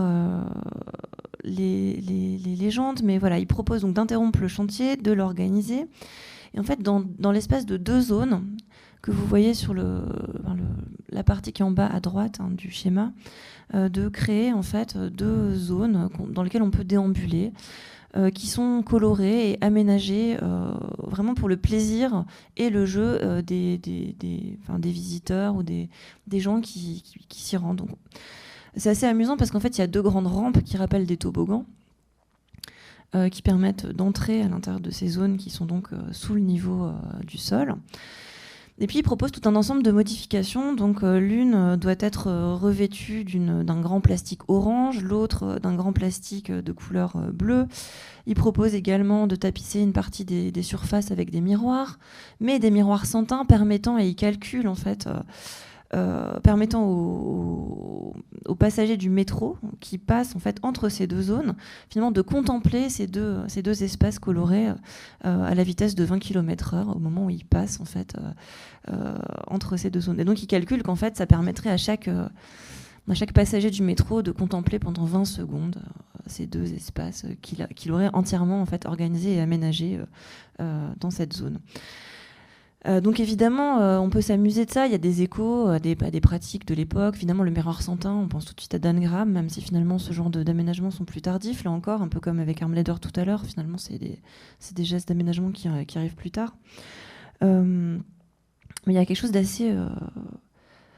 Speaker 4: les légendes, mais voilà, il propose donc d'interrompre le chantier, de l'organiser, et en fait, dans l'espace de 2 zones que vous voyez sur la partie qui est en bas à droite du schéma, de créer en fait 2 zones dans lesquelles on peut déambuler, qui sont colorées et aménagées vraiment pour le plaisir et le jeu des visiteurs ou des gens qui s'y rendent. Donc, c'est assez amusant parce qu'en fait, il y a 2 grandes rampes qui rappellent des toboggans, qui permettent d'entrer à l'intérieur de ces zones qui sont donc sous le niveau du sol. Et puis il propose tout un ensemble de modifications. Donc l'une doit être revêtue d'un grand plastique orange, l'autre d'un grand plastique de couleur bleue. Il propose également de tapisser une partie des surfaces avec des miroirs, mais des miroirs sans teint permettant, et il calcule en fait, permettant aux passagers du métro qui passent en fait entre ces 2 zones, finalement de contempler ces deux espaces colorés à la vitesse de 20 km/h au moment où ils passent en fait entre ces 2 zones. Et donc il calcule qu'en fait ça permettrait à chaque passager du métro de contempler pendant 20 secondes ces 2 espaces qu'il aurait entièrement en fait organisés et aménagés dans cette zone. Donc évidemment, on peut s'amuser de ça. Il y a des échos à des pratiques de l'époque. Évidemment, le miroir sans teint, on pense tout de suite à Dan Graham, même si finalement ce genre d'aménagements sont plus tardifs. Là encore, un peu comme avec Armleder tout à l'heure, finalement, c'est des gestes d'aménagement qui arrivent plus tard. Mais il y a quelque chose d'assez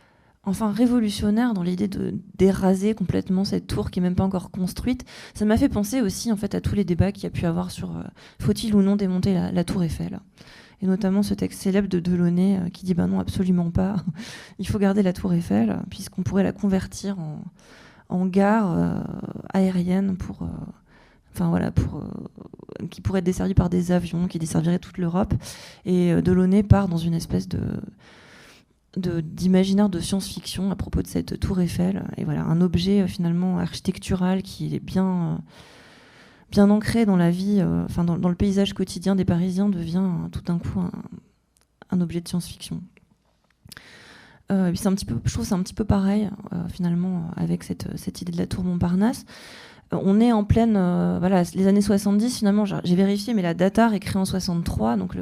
Speaker 4: révolutionnaire dans l'idée d'éraser complètement cette tour qui est même pas encore construite. Ça m'a fait penser aussi en fait à tous les débats qu'il y a pu avoir sur faut-il ou non démonter la tour Eiffel, et notamment ce texte célèbre de Delaunay qui dit non, absolument pas, il faut garder la tour Eiffel puisqu'on pourrait la convertir en gare aérienne qui pourrait être desservie par des avions qui desserviraient toute l'Europe. Et Delaunay part dans une espèce d'imaginaire de science-fiction à propos de cette tour Eiffel. Et voilà, un objet finalement architectural qui est bien ancré dans la vie, dans le paysage quotidien des Parisiens, devient tout d'un coup un objet de science-fiction. Et puis je trouve que c'est un petit peu pareil finalement avec cette idée de la tour Montparnasse. On est en pleine, les années 70 finalement, j'ai vérifié, mais la DATAR est créée en 63, donc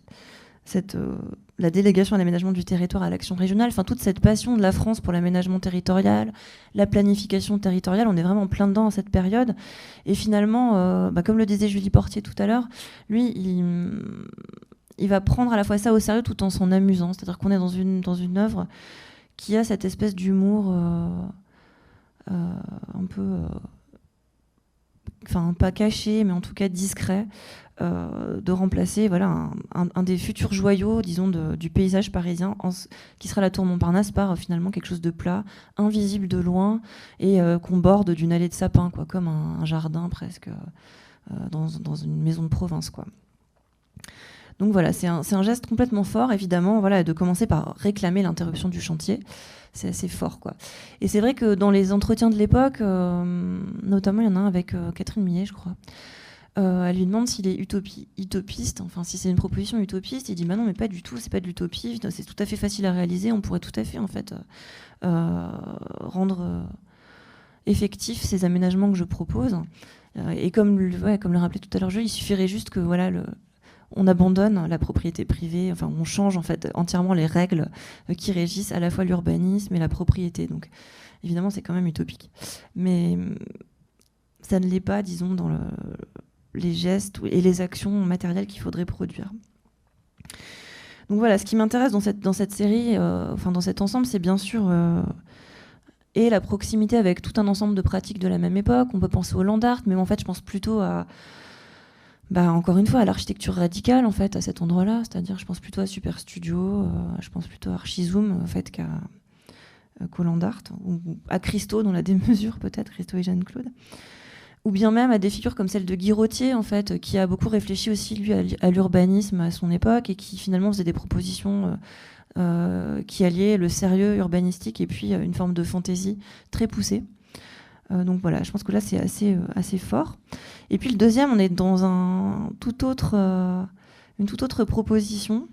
Speaker 4: la délégation à l'aménagement du territoire à l'action régionale, enfin toute cette passion de la France pour l'aménagement territorial, la planification territoriale, on est vraiment en plein dedans à cette période. Et finalement, comme le disait Julie Portier tout à l'heure, lui, il va prendre à la fois ça au sérieux tout en s'en amusant. C'est-à-dire qu'on est dans une œuvre qui a cette espèce d'humour un peu... pas caché, mais en tout cas discret, de remplacer un des futurs joyaux, disons, du paysage parisien, qui sera la tour Montparnasse, par finalement quelque chose de plat, invisible de loin, et qu'on borde d'une allée de sapins, quoi, comme un jardin presque, dans une maison de province, quoi. Donc voilà, c'est un geste complètement fort, évidemment, de commencer par réclamer l'interruption du chantier. C'est assez fort, quoi. Et c'est vrai que dans les entretiens de l'époque, notamment il y en a un avec Catherine Millet, je crois, elle lui demande s'il est utopiste, enfin si c'est une proposition utopiste. Il dit non, mais pas du tout, c'est pas de l'utopie, c'est tout à fait facile à réaliser, on pourrait tout à fait en fait rendre effectifs ces aménagements que je propose. Et comme le rappelait tout à l'heure Jules, il suffirait juste que on abandonne la propriété privée, on change en fait entièrement les règles qui régissent à la fois l'urbanisme et la propriété. Donc évidemment c'est quand même utopique, mais ça ne l'est pas, disons, dans les gestes et les actions matérielles qu'il faudrait produire. Donc voilà, ce qui m'intéresse dans cette série, dans cet ensemble, c'est bien sûr et la proximité avec tout un ensemble de pratiques de la même époque. On peut penser au land art, mais en fait je pense plutôt à encore une fois, à l'architecture radicale, en fait, à cet endroit-là. C'est-à-dire, je pense plutôt à Super Studio, je pense plutôt à Archizoom, en fait, qu'au Land Art, ou à Christo, dans la démesure, peut-être, Christo et Jeanne-Claude. Ou bien même à des figures comme celle de Guy Rottier, en fait, qui a beaucoup réfléchi aussi, lui, à l'urbanisme à son époque, et qui, finalement, faisait des propositions qui alliaient le sérieux urbanistique et puis une forme de fantaisie très poussée. Donc voilà, je pense que là c'est assez fort. Et puis le deuxième, on est dans une toute autre proposition.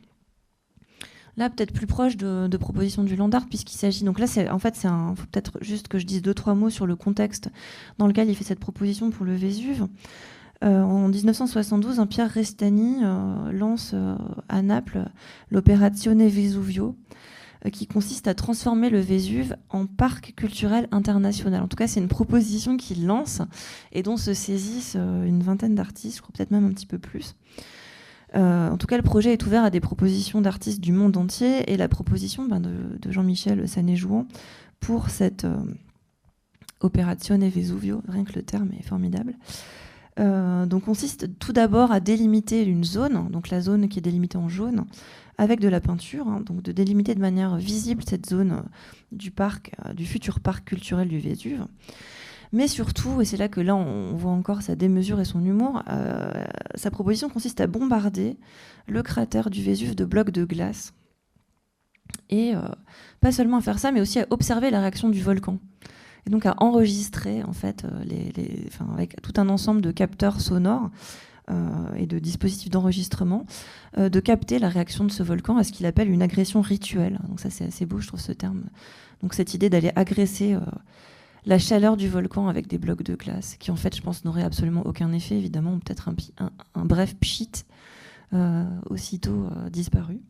Speaker 4: Là, peut-être plus proche de proposition du land art, puisqu'il s'agit. Donc là, faut peut-être juste que je dise 2-3 mots sur le contexte dans lequel il fait cette proposition pour le Vésuve. En 1972, Pierre Restani lance à Naples l'Operazione Vesuvio, qui consiste à transformer le Vésuve en parc culturel international. En tout cas, c'est une proposition qu'il lance et dont se saisissent une vingtaine d'artistes, je crois peut-être même un petit peu plus. En tout cas, le projet est ouvert à des propositions d'artistes du monde entier, et la proposition de Jean-Michel Sané-Jouan pour cette Operazione Vesuvio, rien que le terme est formidable, donc consiste tout d'abord à délimiter une zone, donc la zone qui est délimitée en jaune, avec de la peinture, donc de délimiter de manière visible cette zone du futur parc culturel du Vésuve. Mais surtout, et c'est là que on voit encore sa démesure et son humour, sa proposition consiste à bombarder le cratère du Vésuve de blocs de glace. Et pas seulement à faire ça, mais aussi à observer la réaction du volcan. Et donc à enregistrer, en fait, avec tout un ensemble de capteurs sonores et de dispositifs d'enregistrement, de capter la réaction de ce volcan à ce qu'il appelle une agression rituelle. Donc ça, c'est assez beau, je trouve, ce terme. Donc cette idée d'aller agresser la chaleur du volcan avec des blocs de glace, qui en fait, je pense, n'aurait absolument aucun effet, évidemment, ou peut-être un bref pchit aussitôt disparu.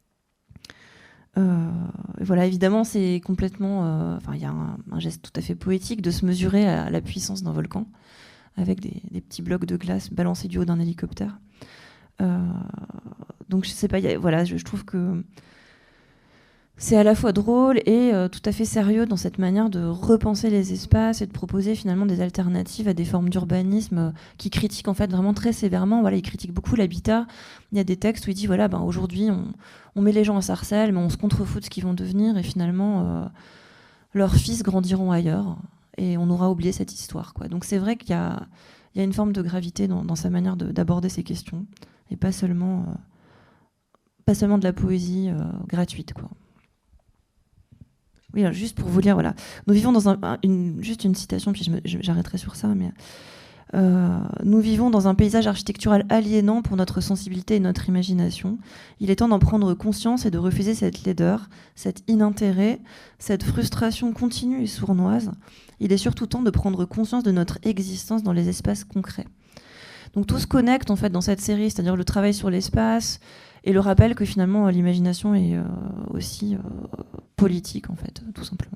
Speaker 4: Voilà, évidemment, c'est complètement... il y a un geste tout à fait poétique de se mesurer à la puissance d'un volcan, avec des petits blocs de glace balancés du haut d'un hélicoptère. Donc je sais pas, je trouve que c'est à la fois drôle et tout à fait sérieux dans cette manière de repenser les espaces et de proposer finalement des alternatives à des formes d'urbanisme qui critiquent en fait vraiment très sévèrement. Voilà, il critique beaucoup l'habitat. Il y a des textes où il dit voilà, ben, aujourd'hui on met les gens à Sarcelles, mais on se contrefout de ce qu'ils vont devenir et finalement leurs fils grandiront ailleurs et on aura oublié cette histoire, quoi. Donc c'est vrai qu'il y a une forme de gravité dans sa manière d'aborder ces questions et pas seulement de la poésie gratuite, quoi. Oui, alors juste pour vous lire, voilà. Nous vivons dans juste une citation, puis j'arrêterai sur ça, mais nous vivons dans un paysage architectural aliénant pour notre sensibilité et notre imagination. Il est temps d'en prendre conscience et de refuser cette laideur, cet inintérêt, cette frustration continue et sournoise. Il est surtout temps de prendre conscience de notre existence dans les espaces concrets. Donc tout se connecte en fait dans cette série, c'est-à-dire le travail sur l'espace et le rappel que finalement l'imagination est aussi politique en fait, tout simplement.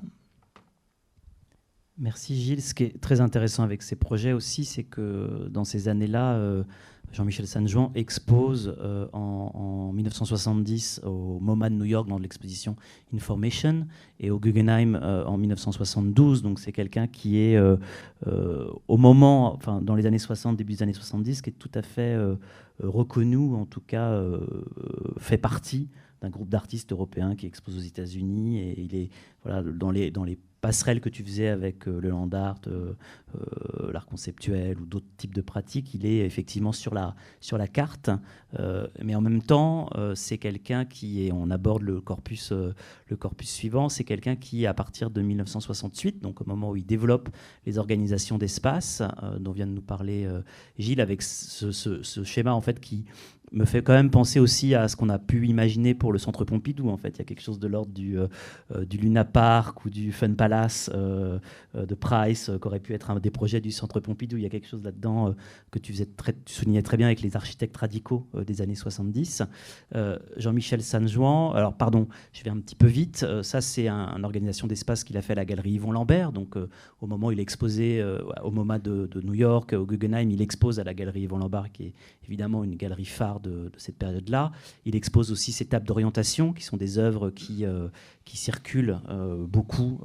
Speaker 1: Merci Gilles. Ce qui est très intéressant avec ces projets aussi, c'est que dans ces années-là, Jean-Michel Sanjuan expose en 1970 au MoMA de New York dans l'exposition Information et au Guggenheim en 1972. Donc c'est quelqu'un qui est au moment, enfin dans les années 60, début des années 70, qui est tout à fait reconnu, ou en tout cas fait partie d'un groupe d'artistes européens qui expose aux États-Unis, et il est voilà, dans les passerelles que tu faisais avec le land art, l'art conceptuel ou d'autres types de pratiques, il est effectivement sur la carte, mais en même temps, c'est quelqu'un qui, et on aborde le corpus suivant, c'est quelqu'un qui, à partir de 1968, donc au moment où il développe les organisations d'espace, dont vient de nous parler Gilles, avec ce schéma en fait qui me fait quand même penser aussi à ce qu'on a pu imaginer pour le Centre Pompidou. En fait, il y a quelque chose de l'ordre du Luna Park ou du Fun Palace de Price, qui aurait pu être un des projets du Centre Pompidou. Il y a quelque chose là-dedans que tu soulignais très bien avec les architectes radicaux des années 70. Jean-Michel Sanjuan, alors pardon, je vais un petit peu vite. Ça, c'est une organisation d'espace qu'il a fait à la galerie Yvon Lambert. Donc, au moment où il est exposé au MoMA de New York, au Guggenheim, il expose à la galerie Yvon Lambert, qui est évidemment une galerie phare de cette période-là. Il expose aussi ses tables d'orientation, qui sont des œuvres qui circulent beaucoup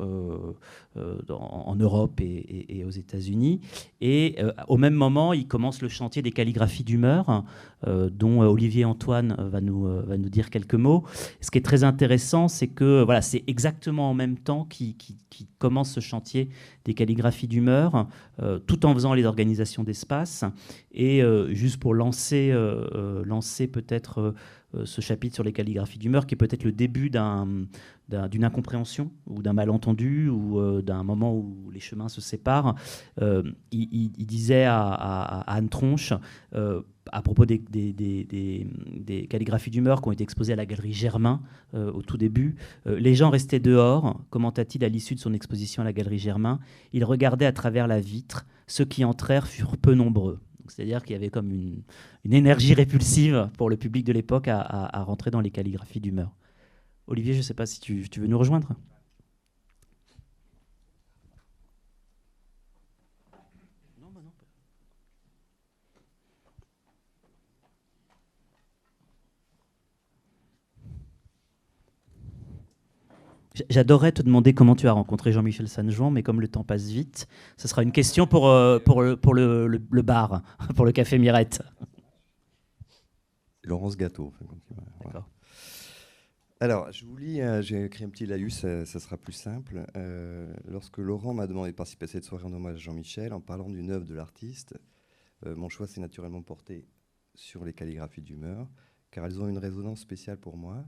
Speaker 1: en Europe et aux États-Unis. Et au même moment, il commence le chantier des calligraphies d'humeur, dont Olivier Antoine va nous dire quelques mots. Ce qui est très intéressant, c'est que voilà, c'est exactement en même temps qu'il commence ce chantier des calligraphies d'humeur, tout en faisant les organisations d'espace. Et juste pour lancer peut-être ce chapitre sur les calligraphies d'humeur, qui est peut-être le début d'une incompréhension ou d'un malentendu ou d'un moment où les chemins se séparent. Il disait à Anne Tronche, à propos des calligraphies d'humeur qui ont été exposées à la galerie Germain au tout début, les gens restaient dehors, commenta-t-il à l'issue de son exposition à la galerie Germain. Ils regardaient à travers la vitre. Ceux qui entrèrent furent peu nombreux. C'est-à-dire qu'il y avait comme une énergie répulsive pour le public de l'époque à rentrer dans les calligraphies d'humeur. Olivier, je ne sais pas si tu veux nous rejoindre. J'adorerais te demander comment tu as rencontré Jean-Michel Sanjuan, mais comme le temps passe vite, ce sera une question pour le bar, pour le Café Mirette.
Speaker 5: Laurence Gâteau.
Speaker 1: D'accord.
Speaker 5: Alors, je vous lis, j'ai écrit un petit laïus, ça sera plus simple. Lorsque Laurent m'a demandé de participer à cette soirée en hommage à Jean-Michel, en parlant d'une œuvre de l'artiste, mon choix s'est naturellement porté sur les calligraphies d'humeur, car elles ont une résonance spéciale pour moi.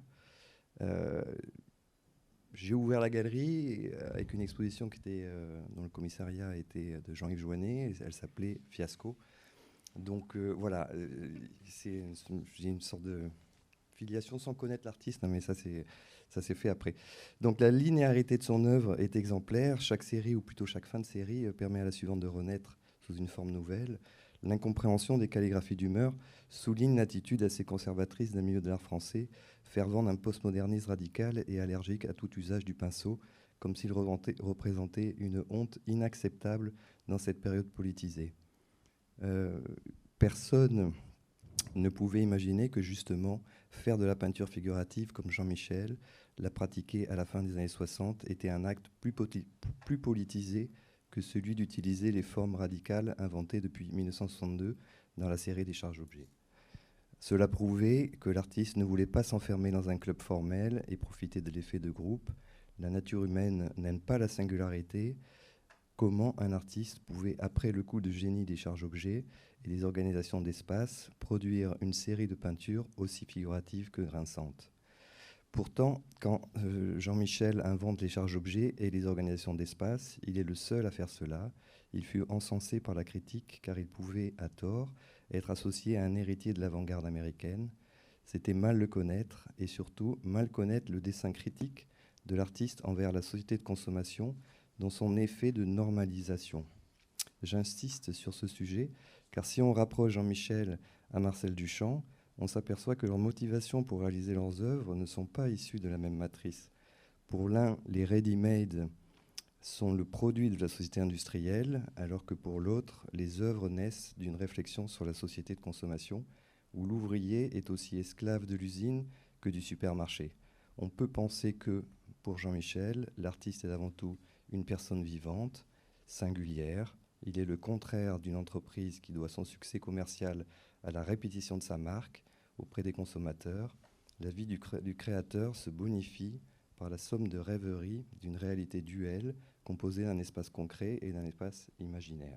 Speaker 5: J'ai ouvert la galerie avec une exposition qui était, dont le commissariat était de Jean-Yves Joannet. Elle s'appelait Fiasco. Donc voilà, j'ai une sorte de filiation sans connaître l'artiste, mais ça s'est fait après. Donc la linéarité de son œuvre est exemplaire. Chaque série, ou plutôt chaque fin de série, permet à la suivante de renaître sous une forme nouvelle. L'incompréhension des calligraphies d'humeur souligne l'attitude assez conservatrice d'un milieu de l'art français, fervent d'un postmodernisme radical et allergique à tout usage du pinceau, comme s'il représentait une honte inacceptable dans cette période politisée. Personne ne pouvait imaginer que justement faire de la peinture figurative comme Jean-Michel l'a pratiqué à la fin des années 60 était un acte plus politisé que celui d'utiliser les formes radicales inventées depuis 1962 dans la série des charges-objets. Cela prouvait que l'artiste ne voulait pas s'enfermer dans un club formel et profiter de l'effet de groupe. La nature humaine n'aime pas la singularité. Comment un artiste pouvait, après le coup de génie des charges-objets et des organisations d'espace, produire une série de peintures aussi figuratives que grinçantes. Pourtant, quand Jean-Michel invente les charges-objets et les organisations d'espace, il est le seul à faire cela. Il fut encensé par la critique car il pouvait, à tort, être associé à un héritier de l'avant-garde américaine. C'était mal le connaître et surtout mal connaître le dessein critique de l'artiste envers la société de consommation dans son effet de normalisation. J'insiste sur ce sujet car si on rapproche Jean-Michel à Marcel Duchamp, on s'aperçoit que leurs motivations pour réaliser leurs œuvres ne sont pas issues de la même matrice. Pour l'un, les ready-made sont le produit de la société industrielle, alors que pour l'autre, les œuvres naissent d'une réflexion sur la société de consommation, où l'ouvrier est aussi esclave de l'usine que du supermarché. On peut penser que, pour Jean-Michel, l'artiste est avant tout une personne vivante, singulière. Il est le contraire d'une entreprise qui doit son succès commercial à la répétition de sa marque auprès des consommateurs. La vie du créateur se bonifie par la somme de rêveries d'une réalité duelle composée d'un espace concret et d'un espace imaginaire.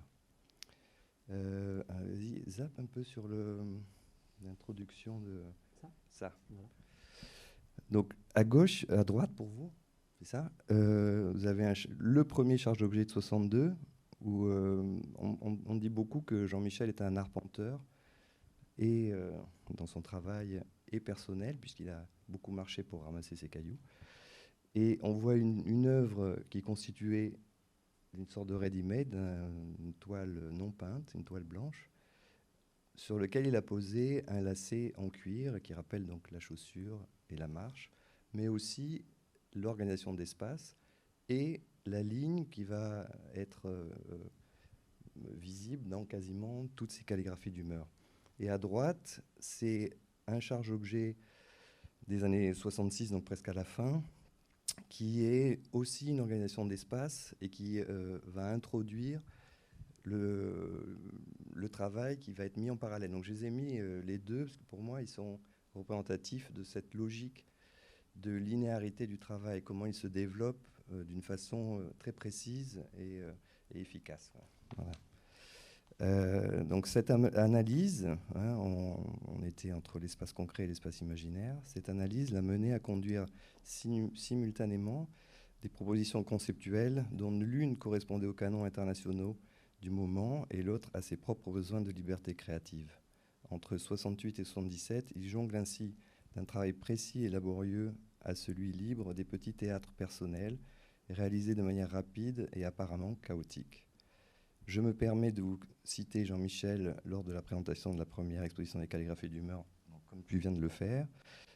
Speaker 5: Vas-y, zappe un peu sur l'introduction de ça. Voilà. Donc, à gauche, à droite pour vous, c'est ça. Vous avez le premier charge-objet de 62, où on dit beaucoup que Jean-Michel était un arpenteur, et dans son travail et personnel, puisqu'il a beaucoup marché pour ramasser ses cailloux. Et on voit une œuvre qui est constituée d'une sorte de ready-made, une toile non peinte, une toile blanche, sur laquelle il a posé un lacet en cuir qui rappelle donc la chaussure et la marche, mais aussi l'organisation d'espace et la ligne qui va être visible dans quasiment toutes ces calligraphies d'humeur. Et à droite, c'est un charge-objet des années 66, donc presque à la fin, qui est aussi une organisation d'espace et qui va introduire le travail qui va être mis en parallèle. Donc je les ai mis les deux, parce que pour moi, ils sont représentatifs de cette logique de linéarité du travail, comment il se développe d'une façon très précise et efficace. Voilà. Donc cette analyse, hein, on était entre l'espace concret et l'espace imaginaire, cette analyse l'a mené à conduire simultanément des propositions conceptuelles dont l'une correspondait aux canons internationaux du moment et l'autre à ses propres besoins de liberté créative. Entre 68 et 77, il jongle ainsi d'un travail précis et laborieux à celui libre des petits théâtres personnels, réalisés de manière rapide et apparemment chaotique. Je me permets de vous citer Jean-Michel lors de la présentation de la première exposition des calligraphies d'humeur, comme tu viens de le faire.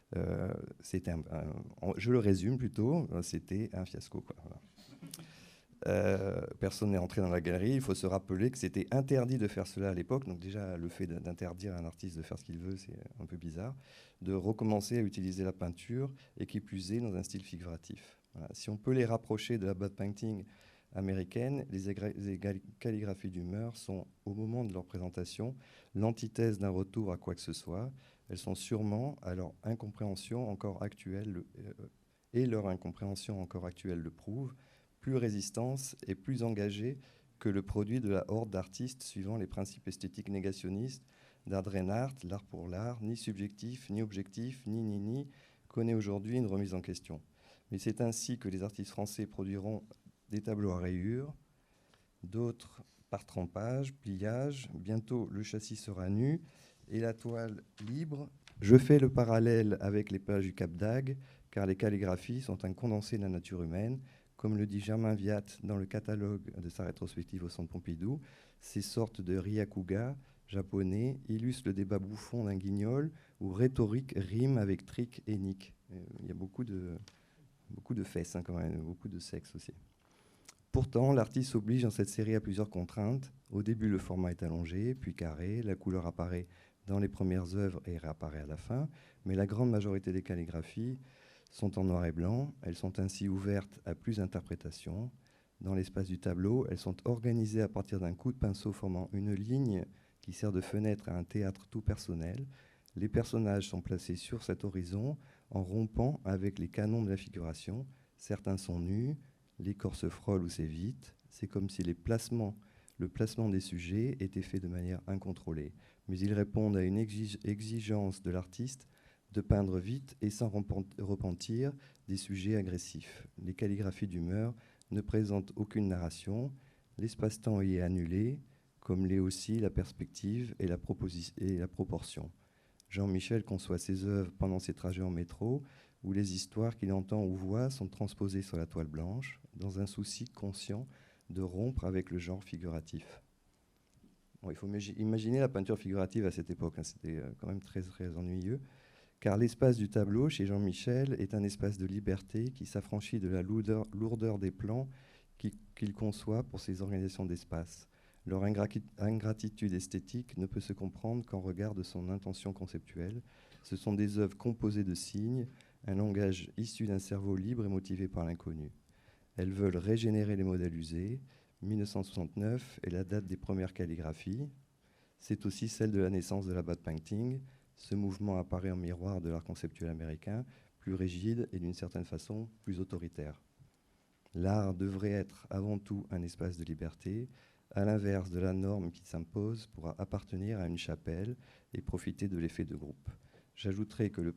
Speaker 5: Je le résume plutôt, c'était un fiasco, quoi. Voilà. Personne n'est entré dans la galerie. Il faut se rappeler que c'était interdit de faire cela à l'époque. Donc déjà, le fait d'interdire à un artiste de faire ce qu'il veut, c'est un peu bizarre. De recommencer à utiliser la peinture et qui plus est dans un style figuratif. Voilà. Si on peut les rapprocher de la bad painting américaine, les calligraphies d'humeur sont, au moment de leur présentation, l'antithèse d'un retour à quoi que ce soit. Elles sont sûrement, à leur incompréhension encore actuelle, et leur incompréhension encore actuelle le prouve, plus résistance et plus engagée que le produit de la horde d'artistes suivant les principes esthétiques négationnistes d'Adrien Art, l'art pour l'art, ni subjectif, ni objectif, ni, connaît aujourd'hui une remise en question. Mais c'est ainsi que les artistes français produiront des tableaux à rayures, d'autres par trempage, pliage. Bientôt, le châssis sera nu et la toile libre. Je fais le parallèle avec les pages du Cap d'Agde, car les calligraphies sont un condensé de la nature humaine. Comme le dit Germain Viat dans le catalogue de sa rétrospective au Centre Pompidou, ces sortes de ryakuga japonais illustrent le débat bouffon d'un guignol où rhétorique rime avec trick et nick. Il y a beaucoup de fesses, hein, quand même, beaucoup de sexe aussi. Pourtant, l'artiste s'oblige dans cette série à plusieurs contraintes. Au début, le format est allongé, puis carré, la couleur apparaît dans les premières œuvres et réapparaît à la fin, mais la grande majorité des calligraphies sont en noir et blanc. Elles sont ainsi ouvertes à plus d'interprétations. Dans l'espace du tableau, elles sont organisées à partir d'un coup de pinceau formant une ligne qui sert de fenêtre à un théâtre tout personnel. Les personnages sont placés sur cet horizon en rompant avec les canons de la figuration. Certains sont nus, les corps se frôlent ou s'évitent. C'est comme si le placement des sujets était fait de manière incontrôlée. Mais ils répondent à une exigence de l'artiste de peindre vite et sans repentir des sujets agressifs. Les calligraphies d'humeur ne présentent aucune narration. L'espace-temps y est annulé, comme l'est aussi la perspective et la proportion. Jean-Michel conçoit ses œuvres pendant ses trajets en métro, où les histoires qu'il entend ou voit sont transposées sur la toile blanche, dans un souci conscient de rompre avec le genre figuratif. Bon, il faut imaginer la peinture figurative à cette époque, hein, c'était quand même très, très ennuyeux, car l'espace du tableau, chez Jean-Michel, est un espace de liberté qui s'affranchit de la lourdeur des plans qu'il conçoit pour ses organisations d'espace. Leur ingratitude esthétique ne peut se comprendre qu'en regard de son intention conceptuelle. Ce sont des œuvres composées de signes, un langage issu d'un cerveau libre et motivé par l'inconnu. Elles veulent régénérer les modèles usés. 1969 est la date des premières calligraphies. C'est aussi celle de la naissance de la bad painting. Ce mouvement apparaît en miroir de l'art conceptuel américain, plus rigide et d'une certaine façon plus autoritaire. L'art devrait être avant tout un espace de liberté, à l'inverse de la norme qui s'impose pour appartenir à une chapelle et profiter de l'effet de groupe. J'ajouterai que le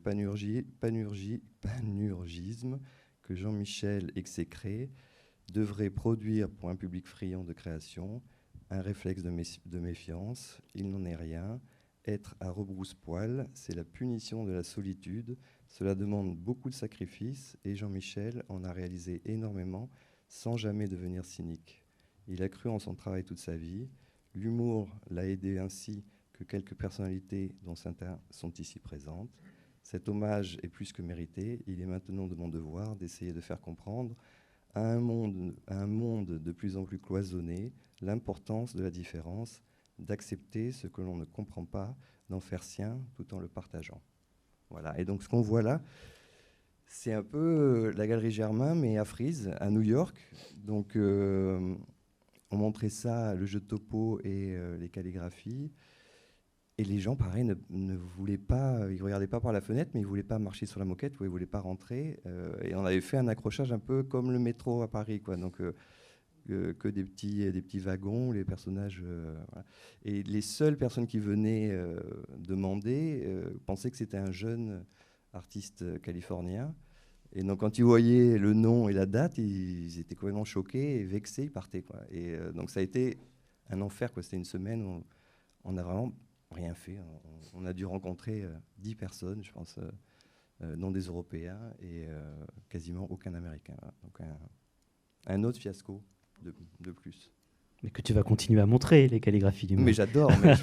Speaker 5: panurgisme que Jean-Michel exécrait devrait produire pour un public friand de création un réflexe de méfiance. Il n'en est rien. Être à rebrousse-poil, c'est la punition de la solitude. Cela demande beaucoup de sacrifices et Jean-Michel en a réalisé énormément sans jamais devenir cynique. Il a cru en son travail toute sa vie. L'humour l'a aidé ainsi que quelques personnalités dont certains sont ici présentes. Cet hommage est plus que mérité. Il est maintenant de mon devoir d'essayer de faire comprendre à un monde de plus en plus cloisonné l'importance de la différence, d'accepter ce que l'on ne comprend pas, d'en faire sien tout en le partageant. Voilà. Et donc ce qu'on voit là, c'est un peu la Galerie Germain, mais à Frieze, à New York. Donc on montrait ça, le jeu de topo et les calligraphies. Et les gens, pareil, ne voulaient pas, ils ne regardaient pas par la fenêtre, mais ils ne voulaient pas marcher sur la moquette, ou ils ne voulaient pas rentrer. Et on avait fait un accrochage un peu comme le métro à Paris, quoi. Donc que des petits wagons où les personnages... voilà. Et les seules personnes qui venaient demander pensaient que c'était un jeune artiste californien. Et donc quand ils voyaient le nom et la date, ils étaient complètement choqués et vexés, ils partaient, quoi. Et donc ça a été un enfer, quoi. C'était une semaine où on a vraiment rien fait. On a dû rencontrer 10 personnes, je pense, non des Européens et quasiment aucun Américain. Donc un autre fiasco de plus.
Speaker 1: Mais que tu vas continuer à montrer, les calligraphies du monde.
Speaker 5: Mais j'adore, mais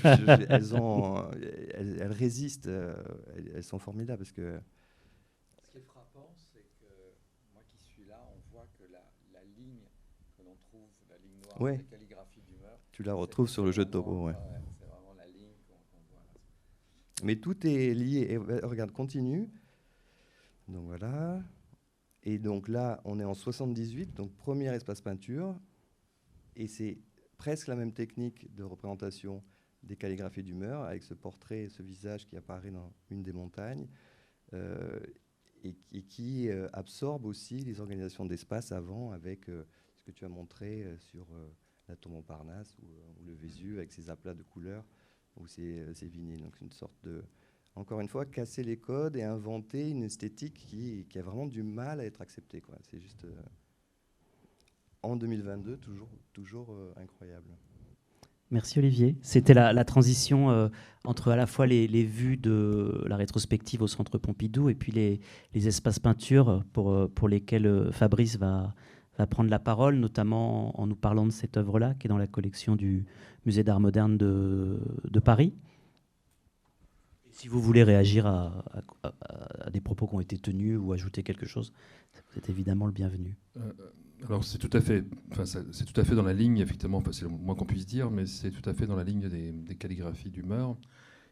Speaker 5: elles résistent, elles sont formidables parce que...
Speaker 2: Ce qui est frappant, c'est que moi qui suis là, on voit que la ligne que l'on trouve, la ligne noire
Speaker 5: ouais.
Speaker 2: des calligraphies d'humeur...
Speaker 5: Tu la retrouves sur le jeu de topo, ouais.
Speaker 2: C'est vraiment la ligne qu'on voit là.
Speaker 5: Mais tout est lié. Et regarde, continue. Donc voilà. Et donc là, on est en 78, donc premier espace peinture. Et c'est presque la même technique de représentation des calligraphies d'humeur, avec ce portrait, ce visage qui apparaît dans une des montagnes, et qui absorbe aussi les organisations d'espace avant, avec ce que tu as montré sur la tour Montparnasse ou le Vésuve, avec ses aplats de couleurs, ou ses vinyles. Donc une sorte de... Encore une fois, casser les codes et inventer une esthétique qui a vraiment du mal à être acceptée, quoi. C'est juste... en 2022, toujours incroyable.
Speaker 1: Merci Olivier. C'était la transition entre à la fois les vues de la rétrospective au Centre Pompidou et puis les espaces peinture pour lesquels Fabrice va prendre la parole, notamment en nous parlant de cette œuvre-là qui est dans la collection du Musée d'Art Moderne de Paris. Et si vous voulez réagir à des propos qui ont été tenus ou ajouter quelque chose, vous êtes évidemment le bienvenu.
Speaker 3: Alors c'est tout à fait dans la ligne, effectivement, c'est le moins qu'on puisse dire, mais c'est tout à fait dans la ligne des calligraphies d'humeur.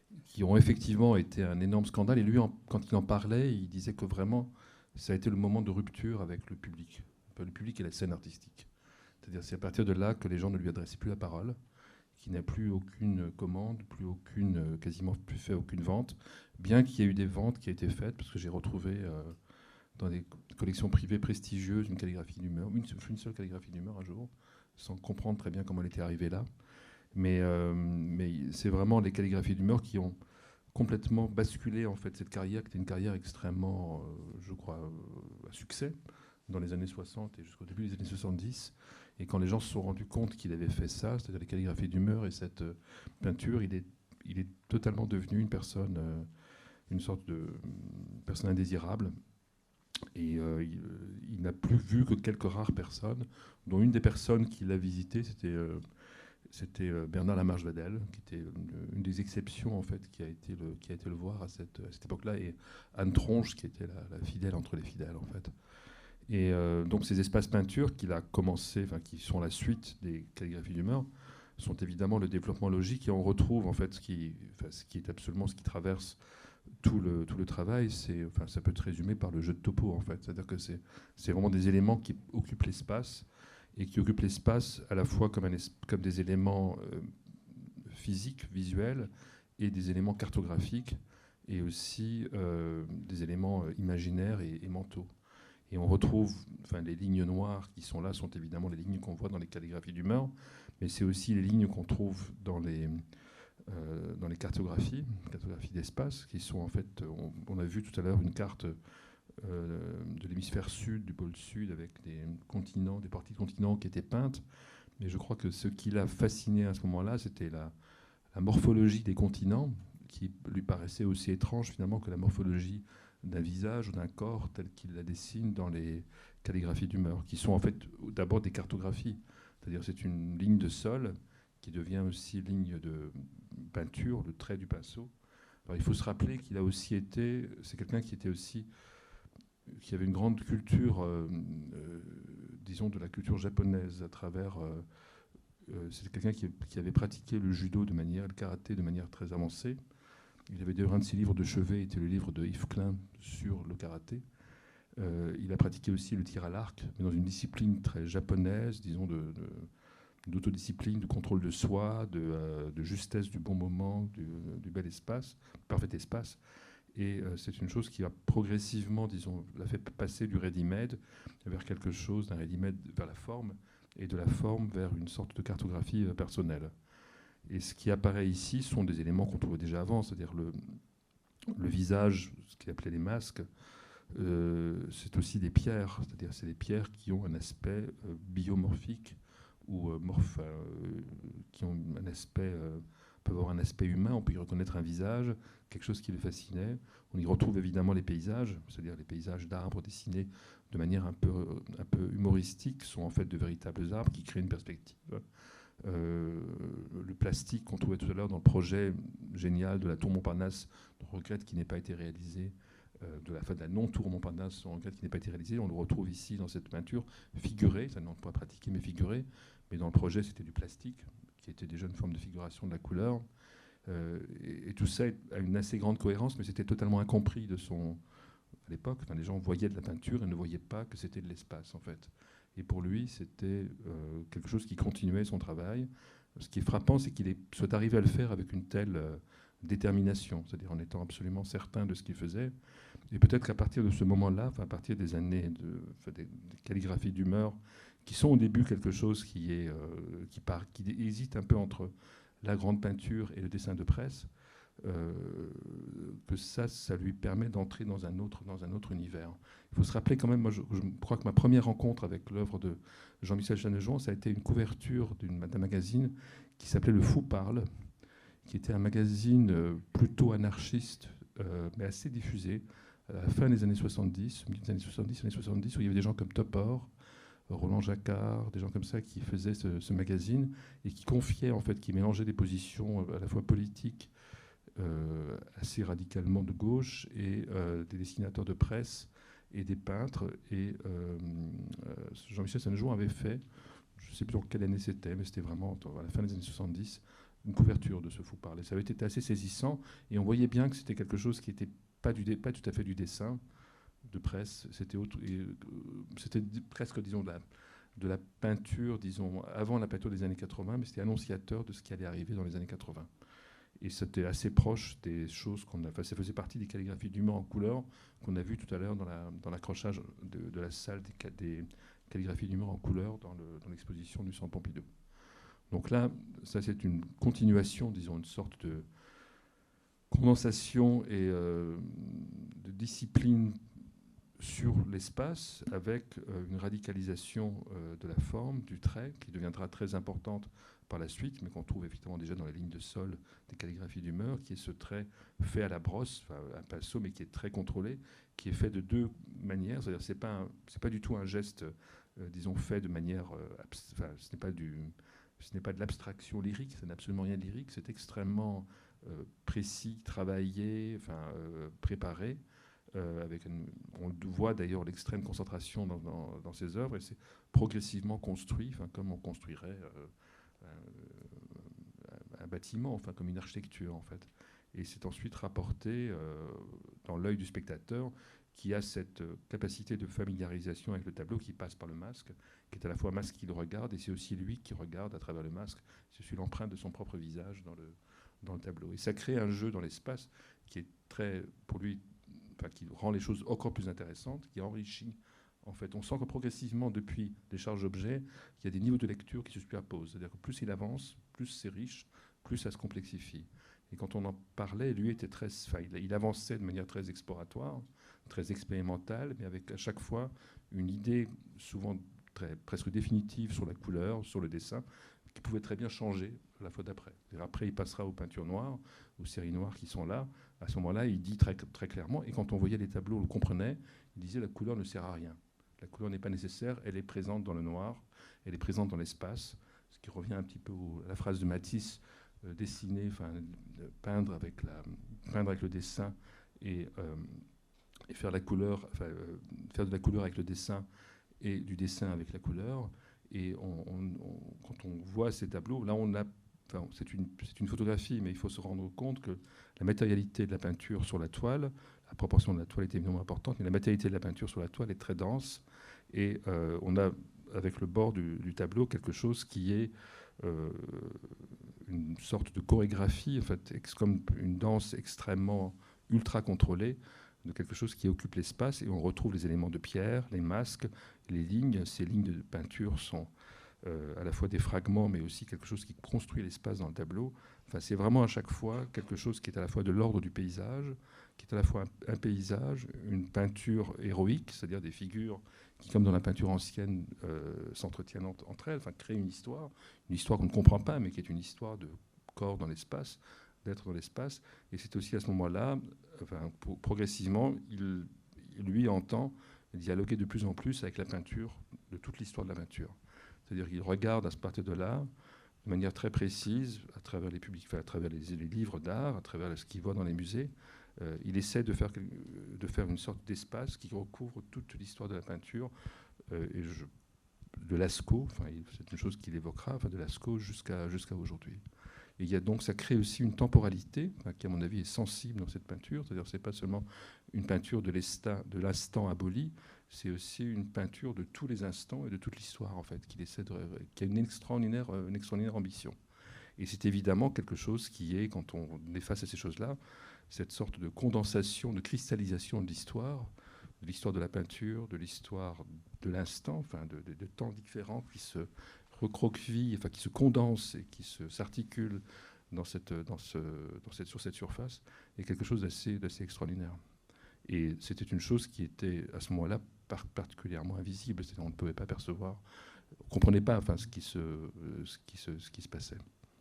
Speaker 3: qui ont effectivement été un énorme scandale. Et lui, quand il en parlait, il disait que vraiment, ça a été le moment de rupture avec le public et la scène artistique. C'est-à-dire c'est à partir de là que les gens ne lui adressaient plus la parole, qu'il n'a plus aucune commande, quasiment plus fait aucune vente, bien qu'il y ait eu des ventes qui aient été faites, parce que j'ai retrouvé dans des collections privées prestigieuses une calligraphie d'humeur, une seule calligraphie d'humeur un jour, sans comprendre très bien comment elle était arrivée là. Mais c'est vraiment les calligraphies d'humeur qui ont complètement basculé en fait cette carrière, qui était une carrière extrêmement, je crois, à succès dans les années 60 et jusqu'au début des années 70. Et quand les gens se sont rendus compte qu'il avait fait ça, c'est-à-dire les calligraphies d'humeur et cette peinture, il est totalement devenu une personne, une sorte de personne indésirable. Et il n'a plus vu que quelques rares personnes, dont une des personnes qui l'a visité, c'était Bernard Lamarche-Vadel, qui était une des exceptions en fait, qui a été le voir à cette époque-là, et Anne Tronche, qui était la fidèle entre les fidèles en fait. Et donc ces espaces peintures qu'il a commencé, qui sont la suite des calligraphies d'humeur, sont évidemment le développement logique, et on retrouve en fait ce qui est absolument ce qui traverse tout le travail. Ça peut être résumé par le jeu de topo en fait, c'est-à-dire que c'est vraiment des éléments qui occupent l'espace, et qui occupent l'espace à la fois comme des éléments physiques, visuels, et des éléments cartographiques, et aussi des éléments imaginaires et mentaux. Et on retrouve, les lignes noires qui sont là sont évidemment les lignes qu'on voit dans les calligraphies d'humeur, mais c'est aussi les lignes qu'on trouve dans les cartographies d'espace, qui sont en fait, on a vu tout à l'heure une carte de l'hémisphère sud, du pôle sud, avec des continents, des parties de continents qui étaient peintes. Mais je crois que ce qui l'a fasciné à ce moment-là, c'était la morphologie des continents, qui lui paraissait aussi étrange finalement que la morphologie d'un visage ou d'un corps tel qu'il la dessine dans les calligraphies d'humeur, qui sont en fait d'abord des cartographies. C'est-à-dire c'est une ligne de sol qui devient aussi ligne de peinture, le trait du pinceau. Alors il faut se rappeler qu'il a aussi été, c'est quelqu'un qui avait une grande culture, disons de la culture japonaise à travers... c'est quelqu'un qui avait pratiqué le judo le karaté de manière très avancée. Il avait d'ailleurs un de ses livres de chevet, était le livre de Yves Klein sur le karaté. Il a pratiqué aussi le tir à l'arc, mais dans une discipline très japonaise, disons d'autodiscipline, de contrôle de soi, de justesse du bon moment, du bel espace, parfait espace. Et c'est une chose qui a progressivement, disons, l'a fait passer du ready-made vers quelque chose, d'un ready-made vers la forme, et de la forme vers une sorte de cartographie personnelle. Et ce qui apparaît ici sont des éléments qu'on trouvait déjà avant, c'est-à-dire le visage, ce qu'il appelait les masques, c'est aussi des pierres, c'est-à-dire c'est des pierres qui ont un aspect biomorphique ou qui ont un aspect, peuvent avoir un aspect humain, on peut y reconnaître un visage, quelque chose qui le fascinait. On y retrouve évidemment les paysages, c'est-à-dire les paysages d'arbres dessinés de manière un peu humoristique, sont en fait de véritables arbres qui créent une perspective. Le plastique qu'on trouvait tout à l'heure dans le projet génial de la tour Montparnasse, on regrette qu'il n'ait pas été réalisé, de la non-tour Montparnasse, on regrette qu'il n'ait pas été réalisé. On le retrouve ici dans cette peinture figurée, ça n'est pas pratiqué mais figurée, mais dans le projet c'était du plastique, qui était déjà une forme de figuration de la couleur. Et tout ça a une assez grande cohérence, mais c'était totalement incompris à l'époque. Les gens voyaient de la peinture et ne voyaient pas que c'était de l'espace en fait. Et pour lui, c'était quelque chose qui continuait son travail. Ce qui est frappant, c'est qu'il soit arrivé à le faire avec une telle détermination, c'est-à-dire en étant absolument certain de ce qu'il faisait. Et peut-être qu'à partir de ce moment-là, à partir des années des calligraphies d'humeur, qui sont au début quelque chose qui hésite un peu entre la grande peinture et le dessin de presse, que ça lui permet d'entrer dans un autre univers. Il faut se rappeler quand même, moi je crois que ma première rencontre avec l'œuvre de Jean-Michel Channejouan, ça a été une couverture d'un magazine qui s'appelait Le Fou Parle, qui était un magazine plutôt anarchiste, mais assez diffusé, à la fin des années 70, milieu des années 70, où il y avait des gens comme Topor, Roland Jacquard, des gens comme ça qui faisaient ce magazine et qui confiaient, en fait, qui mélangeaient des positions à la fois politiques, assez radicalement de gauche, et des dessinateurs de presse et des peintres. Et Jean-Michel Channejouan avait fait, je ne sais plus dans quelle année c'était, mais c'était vraiment à la fin des années 70, une couverture de ce faux-parler. Ça avait été assez saisissant, et on voyait bien que c'était quelque chose qui n'était pas tout à fait du dessin de presse, c'était presque, disons, de la peinture, disons, avant la peinture des années 80, mais c'était annonciateur de ce qui allait arriver dans les années 80. Et c'était assez proche des choses ça faisait partie des calligraphies d'humeur en couleur qu'on a vu tout à l'heure dans l'accrochage de la salle des calligraphies d'humeur en couleur dans l'exposition du Centre Pompidou. Donc là, ça c'est une continuation, disons, une sorte de condensation et de discipline sur l'espace, avec une radicalisation de la forme, du trait, qui deviendra très importante par la suite, mais qu'on trouve évidemment déjà dans les lignes de sol des calligraphies d'humeur, qui est ce trait fait à la brosse, un pinceau, mais qui est très contrôlé, qui est fait de deux manières. C'est-à-dire c'est pas du tout un geste, disons, fait de manière... ce n'est pas de l'abstraction lyrique, ça n'a absolument rien de lyrique, c'est extrêmement précis, travaillé, préparé. On voit d'ailleurs l'extrême concentration dans ses œuvres, et c'est progressivement construit, comme on construirait un bâtiment, comme une architecture en fait. Et c'est ensuite rapporté dans l'œil du spectateur, qui a cette capacité de familiarisation avec le tableau qui passe par le masque, qui est à la fois un masque qui le regarde, et c'est aussi lui qui regarde à travers le masque. C'est aussi l'empreinte de son propre visage dans le tableau. Et ça crée un jeu dans l'espace qui est très, pour lui, qui rend les choses encore plus intéressantes, qui enrichit. En fait, on sent que progressivement, depuis les charges objets, il y a des niveaux de lecture qui se superposent. C'est-à-dire que plus il avance, plus c'est riche, plus ça se complexifie. Et quand on en parlait, lui était il avançait de manière très exploratoire, très expérimentale, mais avec à chaque fois une idée souvent presque définitive sur la couleur, sur le dessin, qui pouvait très bien changer la fois d'après. Après, il passera aux peintures noires, aux séries noires qui sont là. À ce moment-là, il dit très, très clairement, et quand on voyait les tableaux, on le comprenait, il disait la couleur ne sert à rien. La couleur n'est pas nécessaire, elle est présente dans le noir, elle est présente dans l'espace, ce qui revient un petit peu à la phrase de Matisse, dessiner, peindre avec le dessin et faire la couleur, faire de la couleur avec le dessin et du dessin avec la couleur. Et quand on voit ces tableaux, là c'est une photographie, mais il faut se rendre compte que la matérialité de la peinture sur la toile, la proportion de la toile est évidemment importante, mais la matérialité de la peinture sur la toile est très dense. Et on a, avec le bord du tableau, quelque chose qui est une sorte de chorégraphie, en fait, comme une danse extrêmement ultra contrôlée, de quelque chose qui occupe l'espace, et on retrouve les éléments de pierre, les masques, les lignes. Ces lignes de peinture sont à la fois des fragments, mais aussi quelque chose qui construit l'espace dans le tableau. C'est vraiment à chaque fois quelque chose qui est à la fois de l'ordre du paysage, qui est à la fois un paysage, une peinture héroïque, c'est-à-dire des figures qui, comme dans la peinture ancienne, s'entretiennent entre elles, créent une histoire qu'on ne comprend pas, mais qui est une histoire de corps dans l'espace, d'être dans l'espace. Et c'est aussi à ce moment-là, progressivement, lui entend dialoguer de plus en plus avec la peinture, de toute l'histoire de la peinture. C'est-à-dire qu'il regarde à partir de là, de manière très précise, à travers à travers les livres d'art, à travers ce qu'il voit dans les musées, il essaie de faire une sorte d'espace qui recouvre toute l'histoire de la peinture, de Lascaux, c'est une chose qu'il évoquera, de Lascaux jusqu'à aujourd'hui. Et ça crée aussi une temporalité qui, à mon avis, est sensible dans cette peinture. C'est-à-dire que ce n'est pas seulement une peinture de l'instant aboli, c'est aussi une peinture de tous les instants et de toute l'histoire, en fait, qui a une extraordinaire ambition. Et c'est évidemment quelque chose qui est, quand on est face à ces choses-là, cette sorte de condensation, de cristallisation de l'histoire de la peinture, de l'histoire de l'instant, de temps différents qui se recroquevillent, qui se condensent et qui s'articulent sur cette surface, est quelque chose d'assez extraordinaire. Et c'était une chose qui était, à ce moment-là, particulièrement invisible. C'est-à-dire on ne pouvait pas percevoir, on ne comprenait pas ce qui se passait.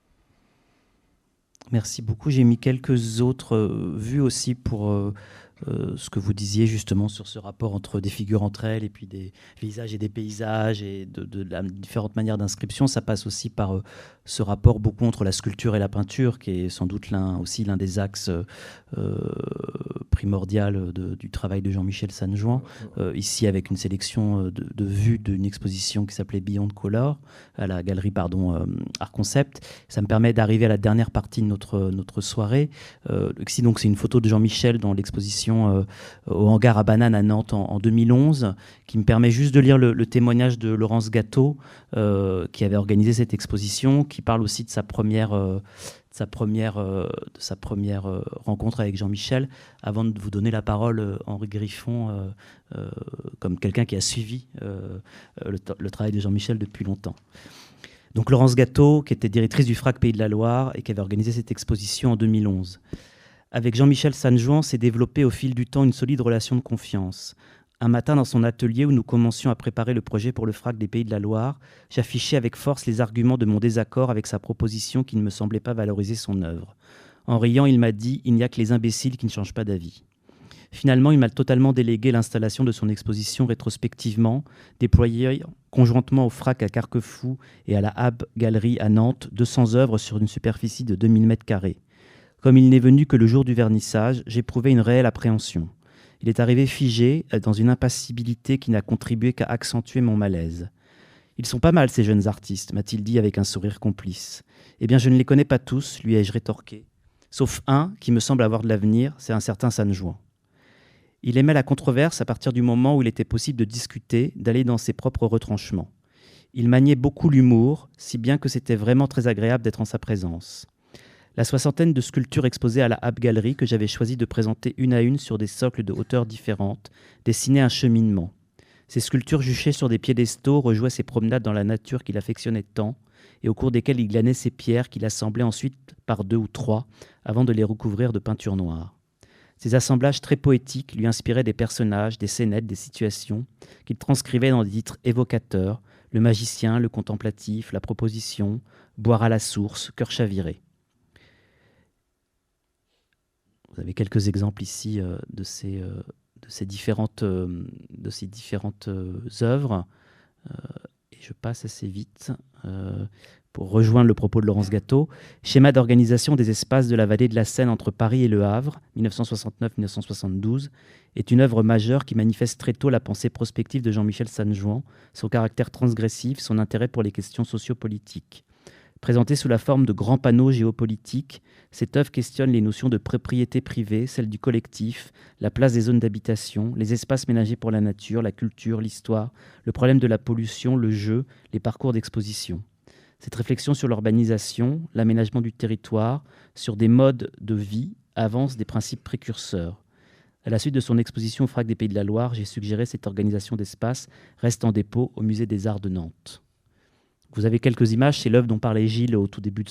Speaker 1: Merci beaucoup. J'ai mis quelques autres vues aussi pour ce que vous disiez justement sur ce rapport entre des figures entre elles et puis des visages et des paysages et de différentes manières d'inscription. Ça passe aussi par ce rapport beaucoup entre la sculpture et la peinture, qui est sans doute l'un des axes primordial du travail de Jean-Michel Sanjuan, ici avec une sélection de vues d'une exposition qui s'appelait Beyond Color, à la galerie Art Concept. Ça me permet d'arriver à la dernière partie de notre soirée. Ici, donc, c'est une photo de Jean-Michel dans l'exposition au Hangar à Bananes à Nantes en 2011, qui me permet juste de lire le témoignage de Laurence Gâteau, qui avait organisé cette exposition, qui parle aussi de sa première rencontre avec Jean-Michel. Avant de vous donner la parole, Henri Griffon, comme quelqu'un qui a suivi le travail de Jean-Michel depuis longtemps. Donc Laurence Gâteau, qui était directrice du FRAC Pays de la Loire et qui avait organisé cette exposition en 2011. Avec Jean-Michel Sanjuan s'est développée au fil du temps une solide relation de confiance. Un matin, dans son atelier où nous commencions à préparer le projet pour le FRAC des Pays de la Loire, j'affichais avec force les arguments de mon désaccord avec sa proposition qui ne me semblait pas valoriser son œuvre. En riant, il m'a dit « Il n'y a que les imbéciles qui ne changent pas d'avis ». Finalement, il m'a totalement délégué l'installation de son exposition rétrospectivement, déployée conjointement au FRAC à Carquefou et à la Hab Galerie à Nantes, 200 œuvres sur une superficie de 2000 m². Comme il n'est venu que le jour du vernissage, j'éprouvais une réelle appréhension. Il est arrivé figé, dans une impassibilité qui n'a contribué qu'à accentuer mon malaise. « Ils sont pas mal, ces jeunes artistes », m'a-t-il dit avec un sourire complice. « Eh bien, je ne les connais pas tous, lui ai-je rétorqué. Sauf un qui me semble avoir de l'avenir, c'est un certain Sanjuan. » Il aimait la controverse à partir du moment où il était possible de discuter, d'aller dans ses propres retranchements. Il maniait beaucoup l'humour, si bien que c'était vraiment très agréable d'être en sa présence. La soixantaine de sculptures exposées à la Hab Galerie que j'avais choisi de présenter une à une sur des socles de hauteurs différentes dessinaient un cheminement. Ces sculptures juchées sur des piédestaux rejouaient ses promenades dans la nature qu'il affectionnait tant et au cours desquelles il glanait ses pierres qu'il assemblait ensuite par 2 ou 3 avant de les recouvrir de peinture noire. Ces assemblages très poétiques lui inspiraient des personnages, des scénettes, des situations qu'il transcrivait dans des titres évocateurs, le magicien, le contemplatif, la proposition, boire à la source, cœur chaviré. Vous avez quelques exemples ici de ces différentes œuvres. Et je passe assez vite pour rejoindre le propos de Laurence Gâteau. Schéma d'organisation des espaces de la vallée de la Seine entre Paris et Le Havre, 1969-1972, est une œuvre majeure qui manifeste très tôt la pensée prospective de Jean-Michel Sanjuan, son caractère transgressif, son intérêt pour les questions sociopolitiques. Présentée sous la forme de grands panneaux géopolitiques, cette œuvre questionne les notions de propriété privée, celle du collectif, la place des zones d'habitation, les espaces ménagés pour la nature, la culture, l'histoire, le problème de la pollution, le jeu, les parcours d'exposition. Cette réflexion sur l'urbanisation, l'aménagement du territoire, sur des modes de vie, avance des principes précurseurs. À la suite de son exposition au FRAC des Pays de la Loire, j'ai suggéré cette organisation d'espace reste en dépôt au Musée des Arts de Nantes. Vous avez quelques images, c'est l'œuvre dont parlait Gilles au tout début de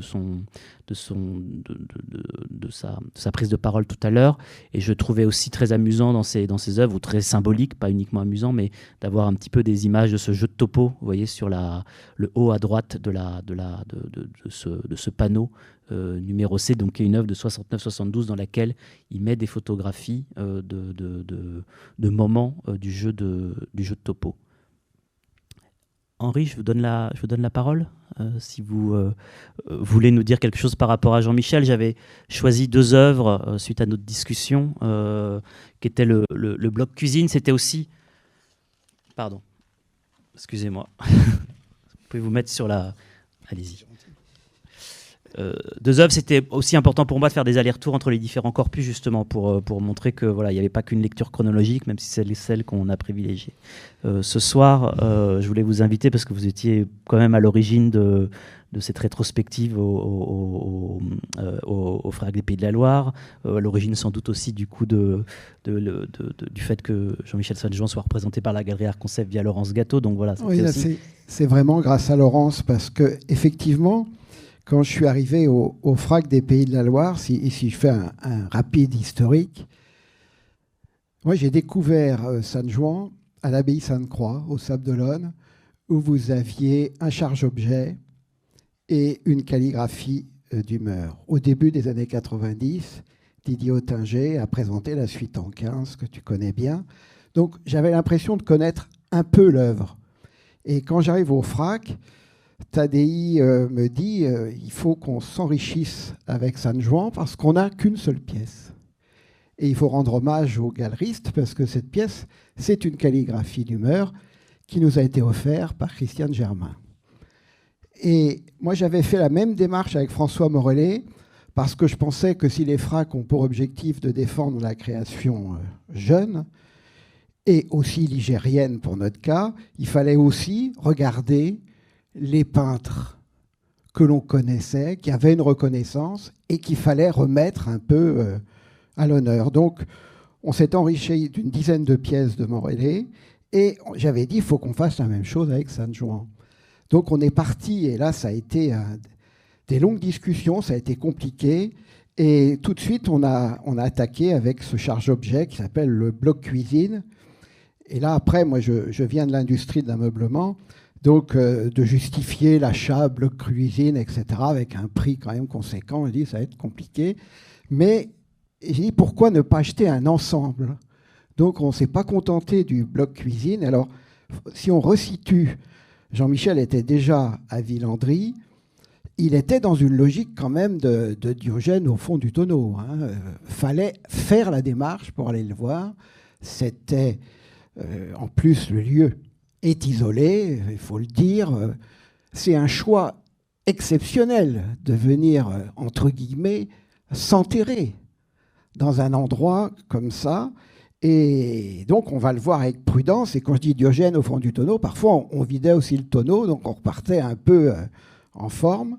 Speaker 1: sa prise de parole tout à l'heure. Et je trouvais aussi très amusant dans ces œuvres, ou très symbolique, pas uniquement amusant, mais d'avoir un petit peu des images de ce jeu de topo, vous voyez, sur le haut à droite de ce panneau numéro C, donc qui est une œuvre de 69-72 dans laquelle il met des photographies de moments du jeu de topo. Henri, je vous donne la parole. Si vous voulez nous dire quelque chose par rapport à Jean-Michel, j'avais choisi 2 œuvres suite à notre discussion, qui étaient le bloc cuisine. C'était aussi... Pardon, excusez-moi. Vous pouvez vous mettre sur la... Allez-y. 2 œuvres, c'était aussi important pour moi de faire des allers-retours entre les différents corpus, justement, pour montrer que voilà, il n'y avait pas qu'une lecture chronologique, même si c'est celle qu'on a privilégiée. Ce soir, je voulais vous inviter, parce que vous étiez quand même à l'origine de cette rétrospective au FRAC des Pays de la Loire, à l'origine sans doute aussi du coup du fait que Jean-Michel Sanjuan soit représenté par la Galerie Art Concept via Laurence Gâteau. Donc voilà,
Speaker 6: oui, c'est vraiment grâce à Laurence, parce que effectivement, quand je suis arrivé au FRAC des Pays de la Loire, si je fais un rapide historique, moi j'ai découvert Sanjuan à l'abbaye Sainte-Croix, au Sable d'Olonne, où vous aviez un charge-objet et une calligraphie d'humeur. Au début des années 90, Didier Ottinger a présenté la suite en 15, que tu connais bien. Donc j'avais l'impression de connaître un peu l'œuvre. Et quand j'arrive au FRAC, Tadei me dit il faut qu'on s'enrichisse avec Sanjuan parce qu'on n'a qu'une seule pièce. Et il faut rendre hommage aux galeristes parce que cette pièce, c'est une calligraphie d'humeur qui nous a été offerte par Christiane Germain. Et moi, j'avais fait la même démarche avec François Morellet parce que je pensais que si les FRAC ont pour objectif de défendre la création jeune et aussi ligérienne pour notre cas, il fallait aussi regarder les peintres que l'on connaissait, qui avaient une reconnaissance et qu'il fallait remettre un peu à l'honneur. Donc, on s'est enrichi d'une dizaine de pièces de Morellet et j'avais dit, il faut qu'on fasse la même chose avec San Juan. Donc, on est parti et là, ça a été des longues discussions, ça a été compliqué. Et tout de suite, on a attaqué avec ce charge-objet qui s'appelle le bloc cuisine. Et là, après, moi, je viens de l'industrie de l'ameublement, donc de justifier l'achat, bloc cuisine, etc., avec un prix quand même conséquent. On dit, ça va être compliqué. Mais j'ai dit, pourquoi ne pas acheter un ensemble? Donc, on ne s'est pas contenté du bloc cuisine. Alors, si on resitue, Jean-Michel était déjà à Villandry. Il était dans une logique quand même de Diogène au fond du tonneau. Fallait faire la démarche pour aller le voir. C'était, en plus, le lieu est isolé, il faut le dire. C'est un choix exceptionnel de venir, entre guillemets, s'enterrer dans un endroit comme ça. Et donc, on va le voir avec prudence. Et quand je dis Diogène au fond du tonneau, parfois, on vidait aussi le tonneau, donc on repartait un peu en forme.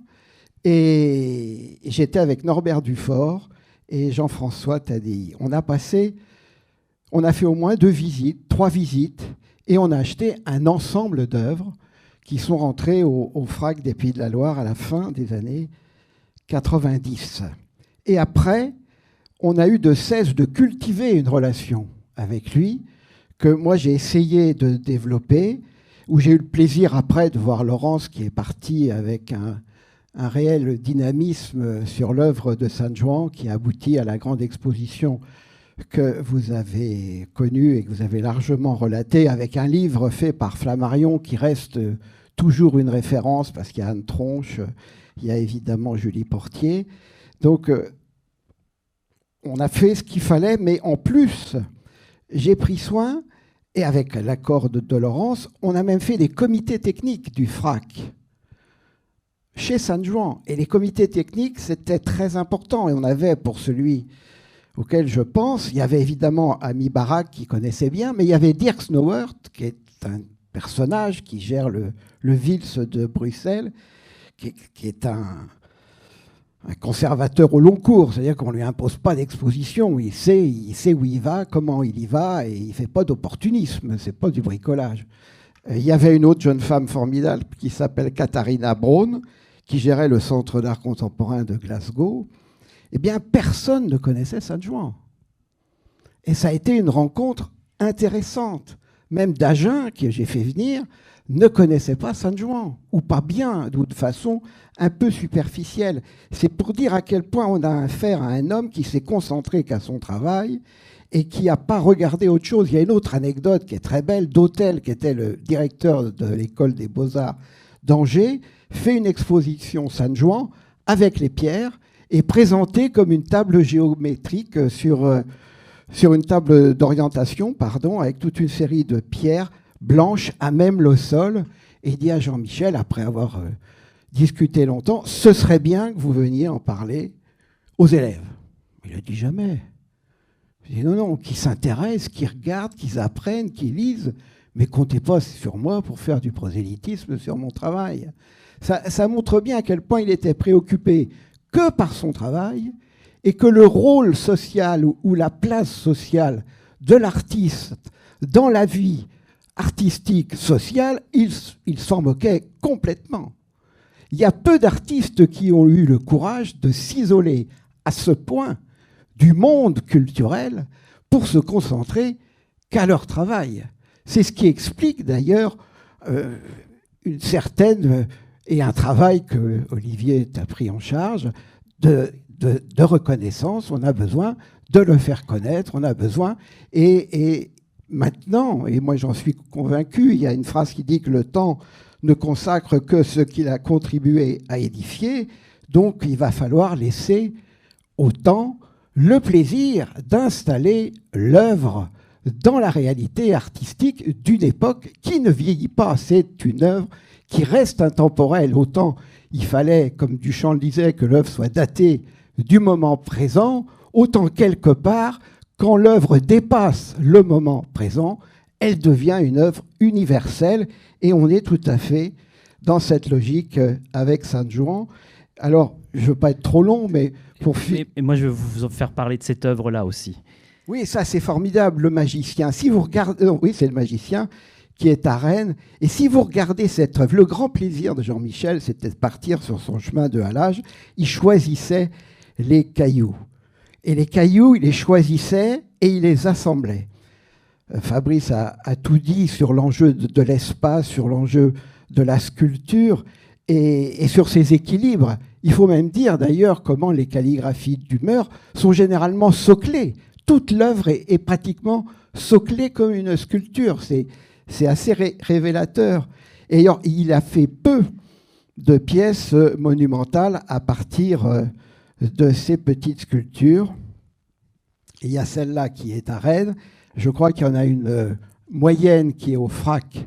Speaker 6: Et j'étais avec Norbert Dufort et Jean-François Tadei. On a fait au moins 3 visites, et on a acheté un ensemble d'œuvres qui sont rentrées au FRAC des Pays de la Loire à la fin des années 90. Et après, on a eu de cesse de cultiver une relation avec lui, que moi j'ai essayé de développer, où j'ai eu le plaisir après de voir Laurence qui est partie avec un réel dynamisme sur l'œuvre de San Juan qui a abouti à la grande exposition que vous avez connue et que vous avez largement relatée, avec un livre fait par Flammarion qui reste toujours une référence parce qu'il y a Anne Tronche, il y a évidemment Julie Portier. Donc, on a fait ce qu'il fallait, mais en plus, j'ai pris soin, et avec l'accord de Laurence, on a même fait des comités techniques du FRAC chez San Juan. Et les comités techniques, c'était très important. Et on avait, pour celui auquel je pense, il y avait évidemment Ami Barak qui connaissait bien, mais il y avait Dirk Snowert, qui est un personnage qui gère le Vils de Bruxelles, qui est un conservateur au long cours, c'est-à-dire qu'on ne lui impose pas d'exposition, il sait où il va, comment il y va, et il ne fait pas d'opportunisme, ce n'est pas du bricolage. Il y avait une autre jeune femme formidable qui s'appelle Katharina Braun, qui gérait le Centre d'art contemporain de Glasgow. Eh bien, personne ne connaissait San Juan. Et ça a été une rencontre intéressante. Même d'Agen, que j'ai fait venir, ne connaissait pas San Juan, ou pas bien, ou de façon un peu superficielle. C'est pour dire à quel point on a affaire à un homme qui s'est concentré qu'à son travail et qui n'a pas regardé autre chose. Il y a une autre anecdote qui est très belle. Dautel, qui était le directeur de l'école des Beaux-Arts d'Angers, fait une exposition San Juan avec les pierres et présenté comme une table géométrique sur une table d'orientation, avec toute une série de pierres blanches à même le sol, et il dit à Jean-Michel, après avoir discuté longtemps, ce serait bien que vous veniez en parler aux élèves. Il ne dit jamais. Je dis non, qu'ils s'intéressent, qu'ils regardent, qu'ils apprennent, qu'ils lisent, mais comptez pas sur moi pour faire du prosélytisme sur mon travail. Ça montre bien à quel point il était préoccupé que par son travail, et que le rôle social ou la place sociale de l'artiste dans la vie artistique, sociale, il s'en moquait complètement. Il y a peu d'artistes qui ont eu le courage de s'isoler à ce point du monde culturel pour se concentrer qu'à leur travail. C'est ce qui explique d'ailleurs une certaine, et un travail que Olivier t'a pris en charge, de reconnaissance. On a besoin de le faire connaître, on a besoin, et maintenant, et moi j'en suis convaincu, il y a une phrase qui dit que le temps ne consacre que ce qu'il a contribué à édifier, donc il va falloir laisser au temps le plaisir d'installer l'œuvre dans la réalité artistique d'une époque qui ne vieillit pas. C'est une œuvre qui reste intemporelle. Autant il fallait, comme Duchamp le disait, que l'œuvre soit datée du moment présent, autant quelque part, quand l'œuvre dépasse le moment présent, elle devient une œuvre universelle, et on est tout à fait dans cette logique avec Saint-Jouan. Alors, je ne veux pas être trop long, mais pour finir...
Speaker 1: Et moi, je vais vous faire parler de cette œuvre-là aussi.
Speaker 6: Oui, ça, c'est formidable, le magicien. Si vous regardez... oui, c'est le magicien qui est à Rennes. Et si vous regardez cette œuvre, le grand plaisir de Jean-Michel, c'était de partir sur son chemin de halage. Il choisissait les cailloux. Et les cailloux, il les choisissait et il les assemblait. Fabrice a tout dit sur l'enjeu de l'espace, sur l'enjeu de la sculpture et sur ses équilibres. Il faut même dire d'ailleurs comment les calligraphies d'humeur sont généralement soclées. Toute l'œuvre est pratiquement soclée comme une sculpture. C'est assez révélateur. Et alors, il a fait peu de pièces monumentales à partir de ces petites sculptures. Et il y a celle-là qui est à Rennes. Je crois qu'il y en a une moyenne qui est au FRAC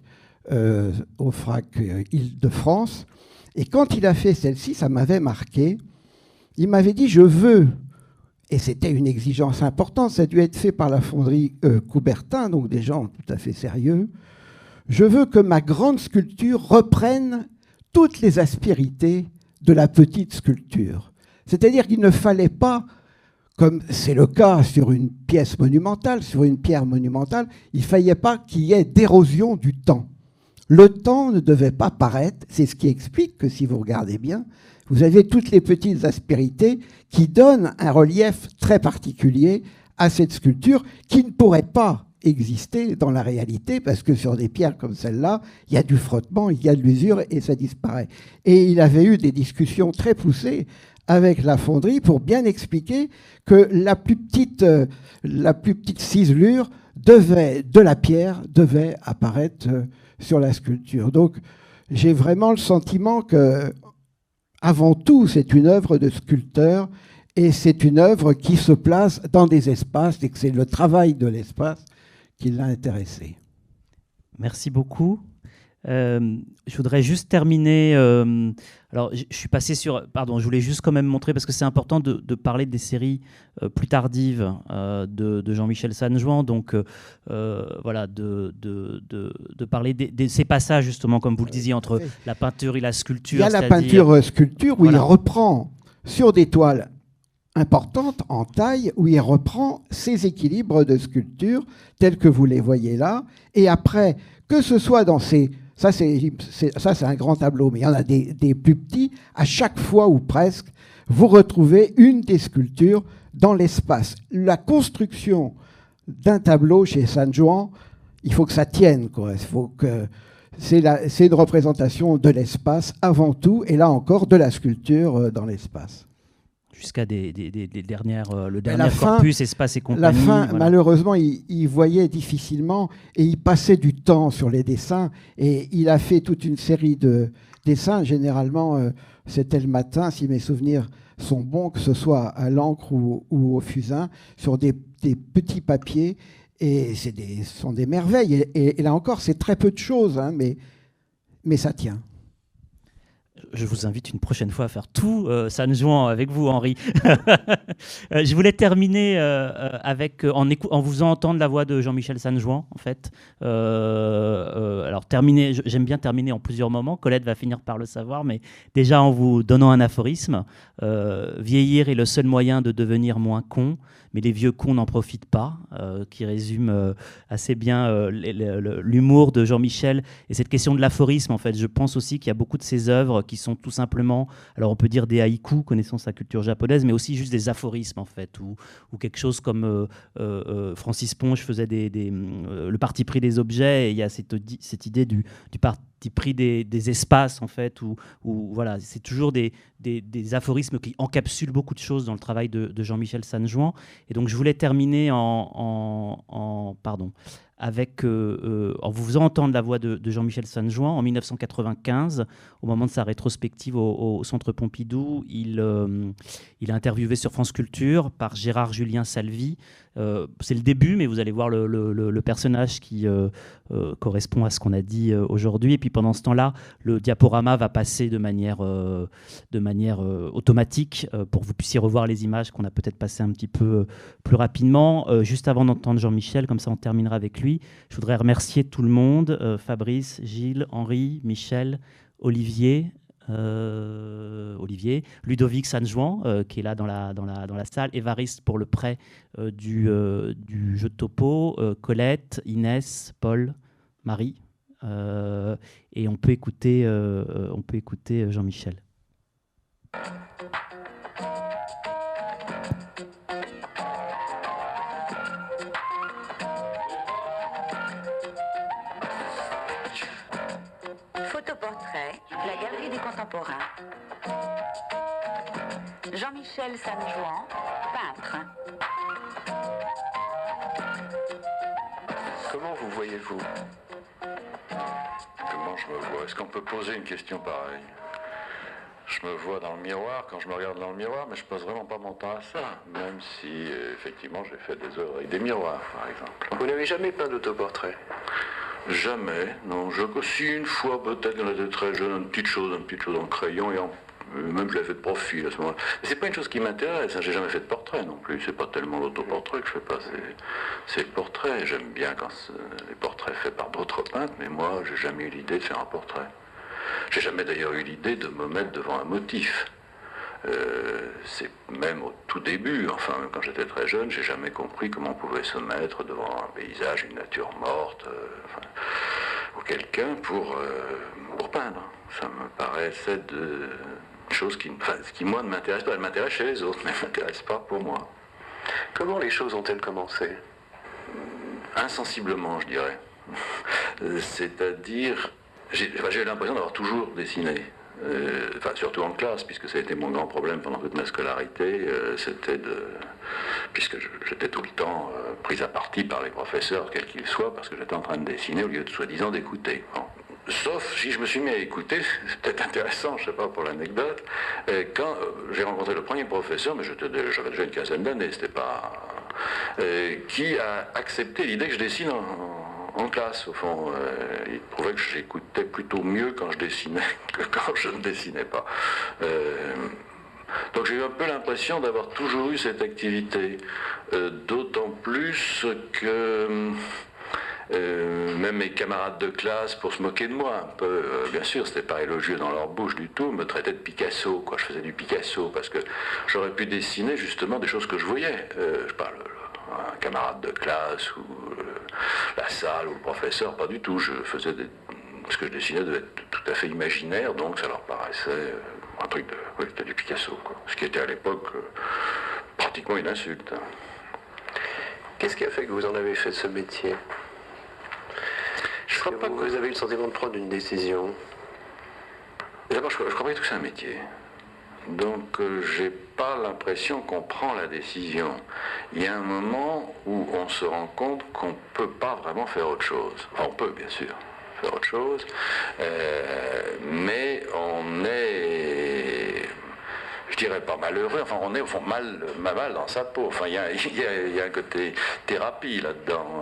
Speaker 6: Île-de-France. Et quand il a fait celle-ci, ça m'avait marqué. Il m'avait dit, je veux, et c'était une exigence importante, ça a dû être fait par la fonderie Coubertin, donc des gens tout à fait sérieux, je veux que ma grande sculpture reprenne toutes les aspérités de la petite sculpture. C'est-à-dire qu'il ne fallait pas, comme c'est le cas sur une pièce monumentale, sur une pierre monumentale, il ne fallait pas qu'il y ait d'érosion du temps. Le temps ne devait pas paraître, c'est ce qui explique que si vous regardez bien, vous avez toutes les petites aspérités qui donnent un relief très particulier à cette sculpture qui ne pourrait pas exister dans la réalité parce que sur des pierres comme celle-là, il y a du frottement, il y a de l'usure et ça disparaît. Et il avait eu des discussions très poussées avec la fonderie pour bien expliquer que la plus petite ciselure de la pierre devait apparaître sur la sculpture. Donc, j'ai vraiment le sentiment que, avant tout, c'est une œuvre de sculpteur et c'est une œuvre qui se place dans des espaces et que c'est le travail de l'espace qui l'a intéressé.
Speaker 1: Merci beaucoup. Je voudrais juste terminer. Alors, je suis passé sur. Pardon, je voulais juste quand même montrer, parce que c'est important de parler des séries plus tardives de Jean-Michel Saint-Jouan. Donc, voilà, de parler de ces passages, justement, comme vous le disiez, entre la peinture et la sculpture.
Speaker 6: Il y a la peinture-sculpture où voilà. Il reprend sur des toiles importantes en taille, où il reprend ses équilibres de sculpture tels que vous les voyez là. Et après, que ce soit dans ces... Ça, c'est un grand tableau, mais il y en a des plus petits. À chaque fois, ou presque, vous retrouvez une des sculptures dans l'espace. La construction d'un tableau chez Saint-Jouan, il faut que ça tienne, quoi. Il faut que... C'est une représentation de l'espace avant tout, et là encore, de la sculpture dans l'espace.
Speaker 1: Jusqu'à le dernier corpus, espace et compagnie.
Speaker 6: La fin, voilà. Malheureusement, il voyait difficilement et il passait du temps sur les dessins. Et il a fait toute une série de dessins. Généralement, c'était le matin, si mes souvenirs sont bons, que ce soit à l'encre ou au fusain, sur des petits papiers. Et ce sont des merveilles. Et là encore, c'est très peu de choses, hein, mais ça tient.
Speaker 1: Je vous invite une prochaine fois à faire tout Saint-Jouan avec vous, Henri. Je voulais terminer en vous faisant entendre la voix de Jean-Michel Saint-Jouan, en fait. Alors, j'aime bien terminer en plusieurs moments. Colette va finir par le savoir, mais déjà en vous donnant un aphorisme. Vieillir est le seul moyen de devenir moins con, mais les vieux cons n'en profitent pas, qui résume assez bien l'humour de Jean-Michel et cette question de l'aphorisme. En fait, je pense aussi qu'il y a beaucoup de ses œuvres qui sont tout simplement, alors on peut dire des haïkus, connaissant sa culture japonaise, mais aussi juste des aphorismes, en fait, ou quelque chose comme Francis Ponge faisait le parti pris des objets, et il y a cette idée du parti pris des espaces, en fait, où voilà, c'est toujours des aphorismes qui encapsulent beaucoup de choses dans le travail de Jean-Michel Saint-Jouan. Et donc je voulais terminer en vous faisant entendre la voix de Jean-Michel Sanjuan en 1995, au moment de sa rétrospective au Centre Pompidou. Il est interviewé sur France Culture par Gérard Julien Salvi. C'est le début, mais vous allez voir le personnage qui correspond à ce qu'on a dit aujourd'hui. Et puis pendant ce temps-là, le diaporama va passer de manière automatique pour que vous puissiez revoir les images qu'on a peut-être passées un petit peu plus rapidement. Juste avant d'entendre Jean-Michel, comme ça on terminera avec lui, je voudrais remercier tout le monde, Fabrice, Gilles, Henri, Michel, Olivier, Ludovic Sanjuan, qui est là dans la salle, Évariste pour le prêt du jeu de topo, Colette, Inès, Paul, Marie, et on peut écouter Jean-Michel.
Speaker 7: Photoportrait, la Galerie des Contemporains. Jean-Michel Sanjuan, peintre.
Speaker 8: Comment vous voyez-vous? Comment je me vois? Est-ce qu'on peut poser une question pareille? Je me vois dans le miroir quand je me regarde dans le miroir, mais je passe vraiment pas mon temps à ça, même si effectivement j'ai fait des œuvres avec des miroirs, par exemple.
Speaker 9: Vous n'avez jamais peint d'autoportrait?
Speaker 8: Jamais, non. Si une fois peut-être quand j'étais très jeune, une petite chose en crayon, et même je l'ai fait de profil à ce moment-là. Mais c'est pas une chose qui m'intéresse, hein. J'ai jamais fait de portrait non plus. C'est pas tellement l'autoportrait que je fais pas, c'est le portrait. J'aime bien quand les portraits faits par d'autres peintres, mais moi j'ai jamais eu l'idée de faire un portrait. J'ai jamais d'ailleurs eu l'idée de me mettre devant un motif. C'est même au tout début, enfin même quand j'étais très jeune, j'ai jamais compris comment on pouvait se mettre devant un paysage, une nature morte, ou quelqu'un pour peindre. Ça me paraissait de choses qui moi ne m'intéressent pas. Elles m'intéressent chez les autres, mais elles ne m'intéressent pas pour moi.
Speaker 9: Comment les choses ont-elles commencé?
Speaker 8: Insensiblement, je dirais. C'est-à-dire, j'ai l'impression d'avoir toujours dessiné. Surtout en classe, puisque ça a été mon grand problème pendant toute ma scolarité, puisque j'étais tout le temps pris à partie par les professeurs, quels qu'ils soient, parce que j'étais en train de dessiner au lieu de soi-disant d'écouter. Bon. Sauf si je me suis mis à écouter, c'est peut-être intéressant, je sais pas pour l'anecdote, quand j'ai rencontré le premier professeur, mais j'avais déjà une quinzaine d'années, c'était pas... qui a accepté l'idée que je dessine en classe, au fond. Il trouvait que j'écoutais plutôt mieux quand je dessinais que quand je ne dessinais pas. Donc j'ai eu un peu l'impression d'avoir toujours eu cette activité, d'autant plus que même mes camarades de classe, pour se moquer de moi un peu, bien sûr, c'était pas élogieux dans leur bouche du tout, me traitaient de Picasso, quoi. Je faisais du Picasso, parce que j'aurais pu dessiner justement des choses que je voyais. Je parle un camarade de classe ou la salle ou le professeur, pas du tout. Je faisais ce que je dessinais devait être tout à fait imaginaire, donc ça leur paraissait un truc c'était du Picasso, quoi. Ce qui était à l'époque pratiquement une insulte.
Speaker 9: Qu'est-ce qui a fait que vous en avez fait ce métier? Je crois pas que vous avez eu le sentiment de prendre une décision.
Speaker 8: D'abord, je crois pas que c'est un métier. Donc, j'ai pas l'impression qu'on prend la décision. Il y a un moment où on se rend compte qu'on peut pas vraiment faire autre chose. Enfin, on peut, bien sûr, faire autre chose, mais on est, je dirais pas malheureux, enfin, on est au fond mal dans sa peau. Enfin, il y a un côté thérapie là-dedans.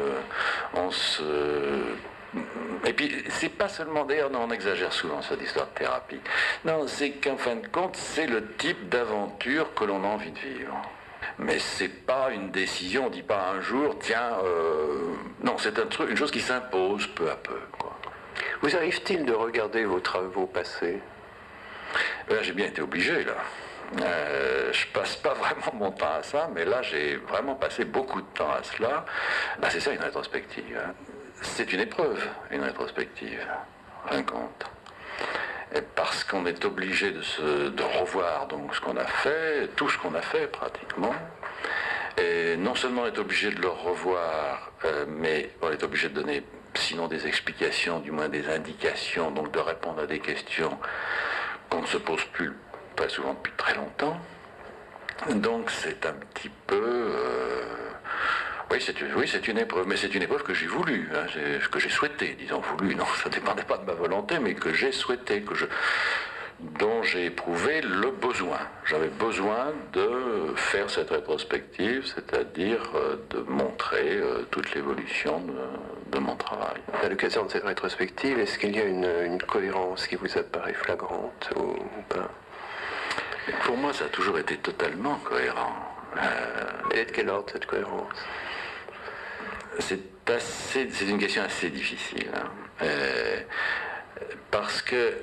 Speaker 8: Et puis, c'est pas seulement, d'ailleurs, non, on exagère souvent cette histoire de thérapie. Non, c'est qu'en fin de compte, c'est le type d'aventure que l'on a envie de vivre. Mais c'est pas une décision, on dit pas un jour, tiens, non, c'est une chose qui s'impose peu à peu, quoi.
Speaker 9: Vous arrive-t-il de regarder vos travaux passés?
Speaker 8: Là, j'ai bien été obligé, là. Je passe pas vraiment mon temps à ça, mais là, j'ai vraiment passé beaucoup de temps à cela. Bah, c'est ça, une rétrospective, hein. C'est une épreuve, une rétrospective, rien compte. Parce qu'on est obligé de revoir donc ce qu'on a fait, tout ce qu'on a fait pratiquement. Et non seulement on est obligé de le revoir, mais on est obligé de donner, sinon des explications, du moins des indications, donc de répondre à des questions qu'on ne se pose plus très souvent depuis très longtemps. Donc c'est un petit peu... Oui, c'est une épreuve, mais c'est une épreuve que j'ai voulu, hein, que j'ai souhaité, disons voulu, non, ça ne dépendait pas de ma volonté, mais que j'ai souhaité, dont j'ai éprouvé le besoin. J'avais besoin de faire cette rétrospective, c'est-à-dire de montrer toute l'évolution de mon travail.
Speaker 9: À l'occasion de cette rétrospective, est-ce qu'il y a une cohérence qui vous apparaît flagrante ou pas?
Speaker 8: Pour moi, ça a toujours été totalement cohérent.
Speaker 9: Et de quel ordre cette cohérence?
Speaker 8: C'est une question assez difficile, hein. Parce que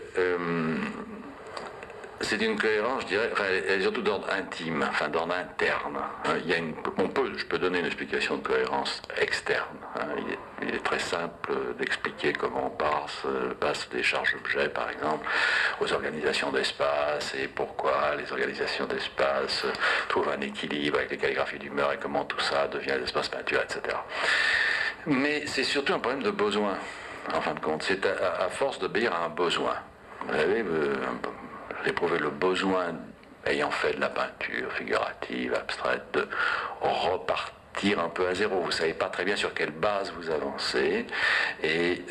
Speaker 8: c'est une cohérence, je dirais, enfin, elle est surtout d'ordre intime, enfin d'ordre interne. Je peux donner une explication de cohérence externe. Hein. Il est très simple d'expliquer comment on passe des charges objets, par exemple, aux organisations d'espace et pourquoi les organisations d'espace trouvent un équilibre avec les calligraphies d'humeur et comment tout ça devient l'espace peinture, etc. Mais c'est surtout un problème de besoin, en fin de compte. C'est à force d'obéir à un besoin. Vous savez, j'ai éprouvé le besoin, ayant fait de la peinture figurative, abstraite, de repartir un peu à zéro. Vous ne savez pas très bien sur quelle base vous avancez. Et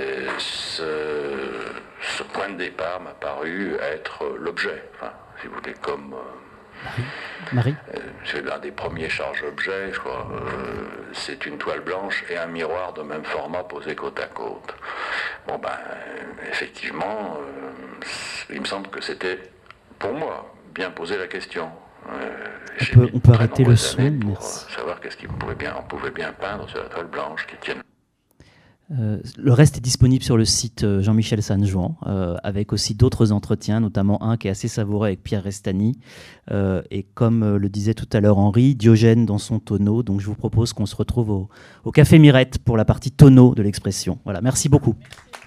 Speaker 8: ce point de départ m'a paru être l'objet. Enfin, si vous voulez, comme...
Speaker 1: Marie
Speaker 8: c'est l'un des premiers charges-objets, je crois. C'est une toile blanche et un miroir de même format posé côte à côte. Bon, ben, effectivement, il me semble que c'était, pour moi, bien poser la question.
Speaker 1: On peut arrêter le son, merci.
Speaker 8: Savoir on pouvait bien peindre sur la toile blanche qui tienne.
Speaker 1: Le reste est disponible sur le site Jean-Michel Sanjuan, avec aussi d'autres entretiens, notamment un qui est assez savoureux avec Pierre Restani. Et comme le disait tout à l'heure Henri, Diogène dans son tonneau. Donc je vous propose qu'on se retrouve au Café Mirette pour la partie tonneau de l'expression. Voilà, merci beaucoup.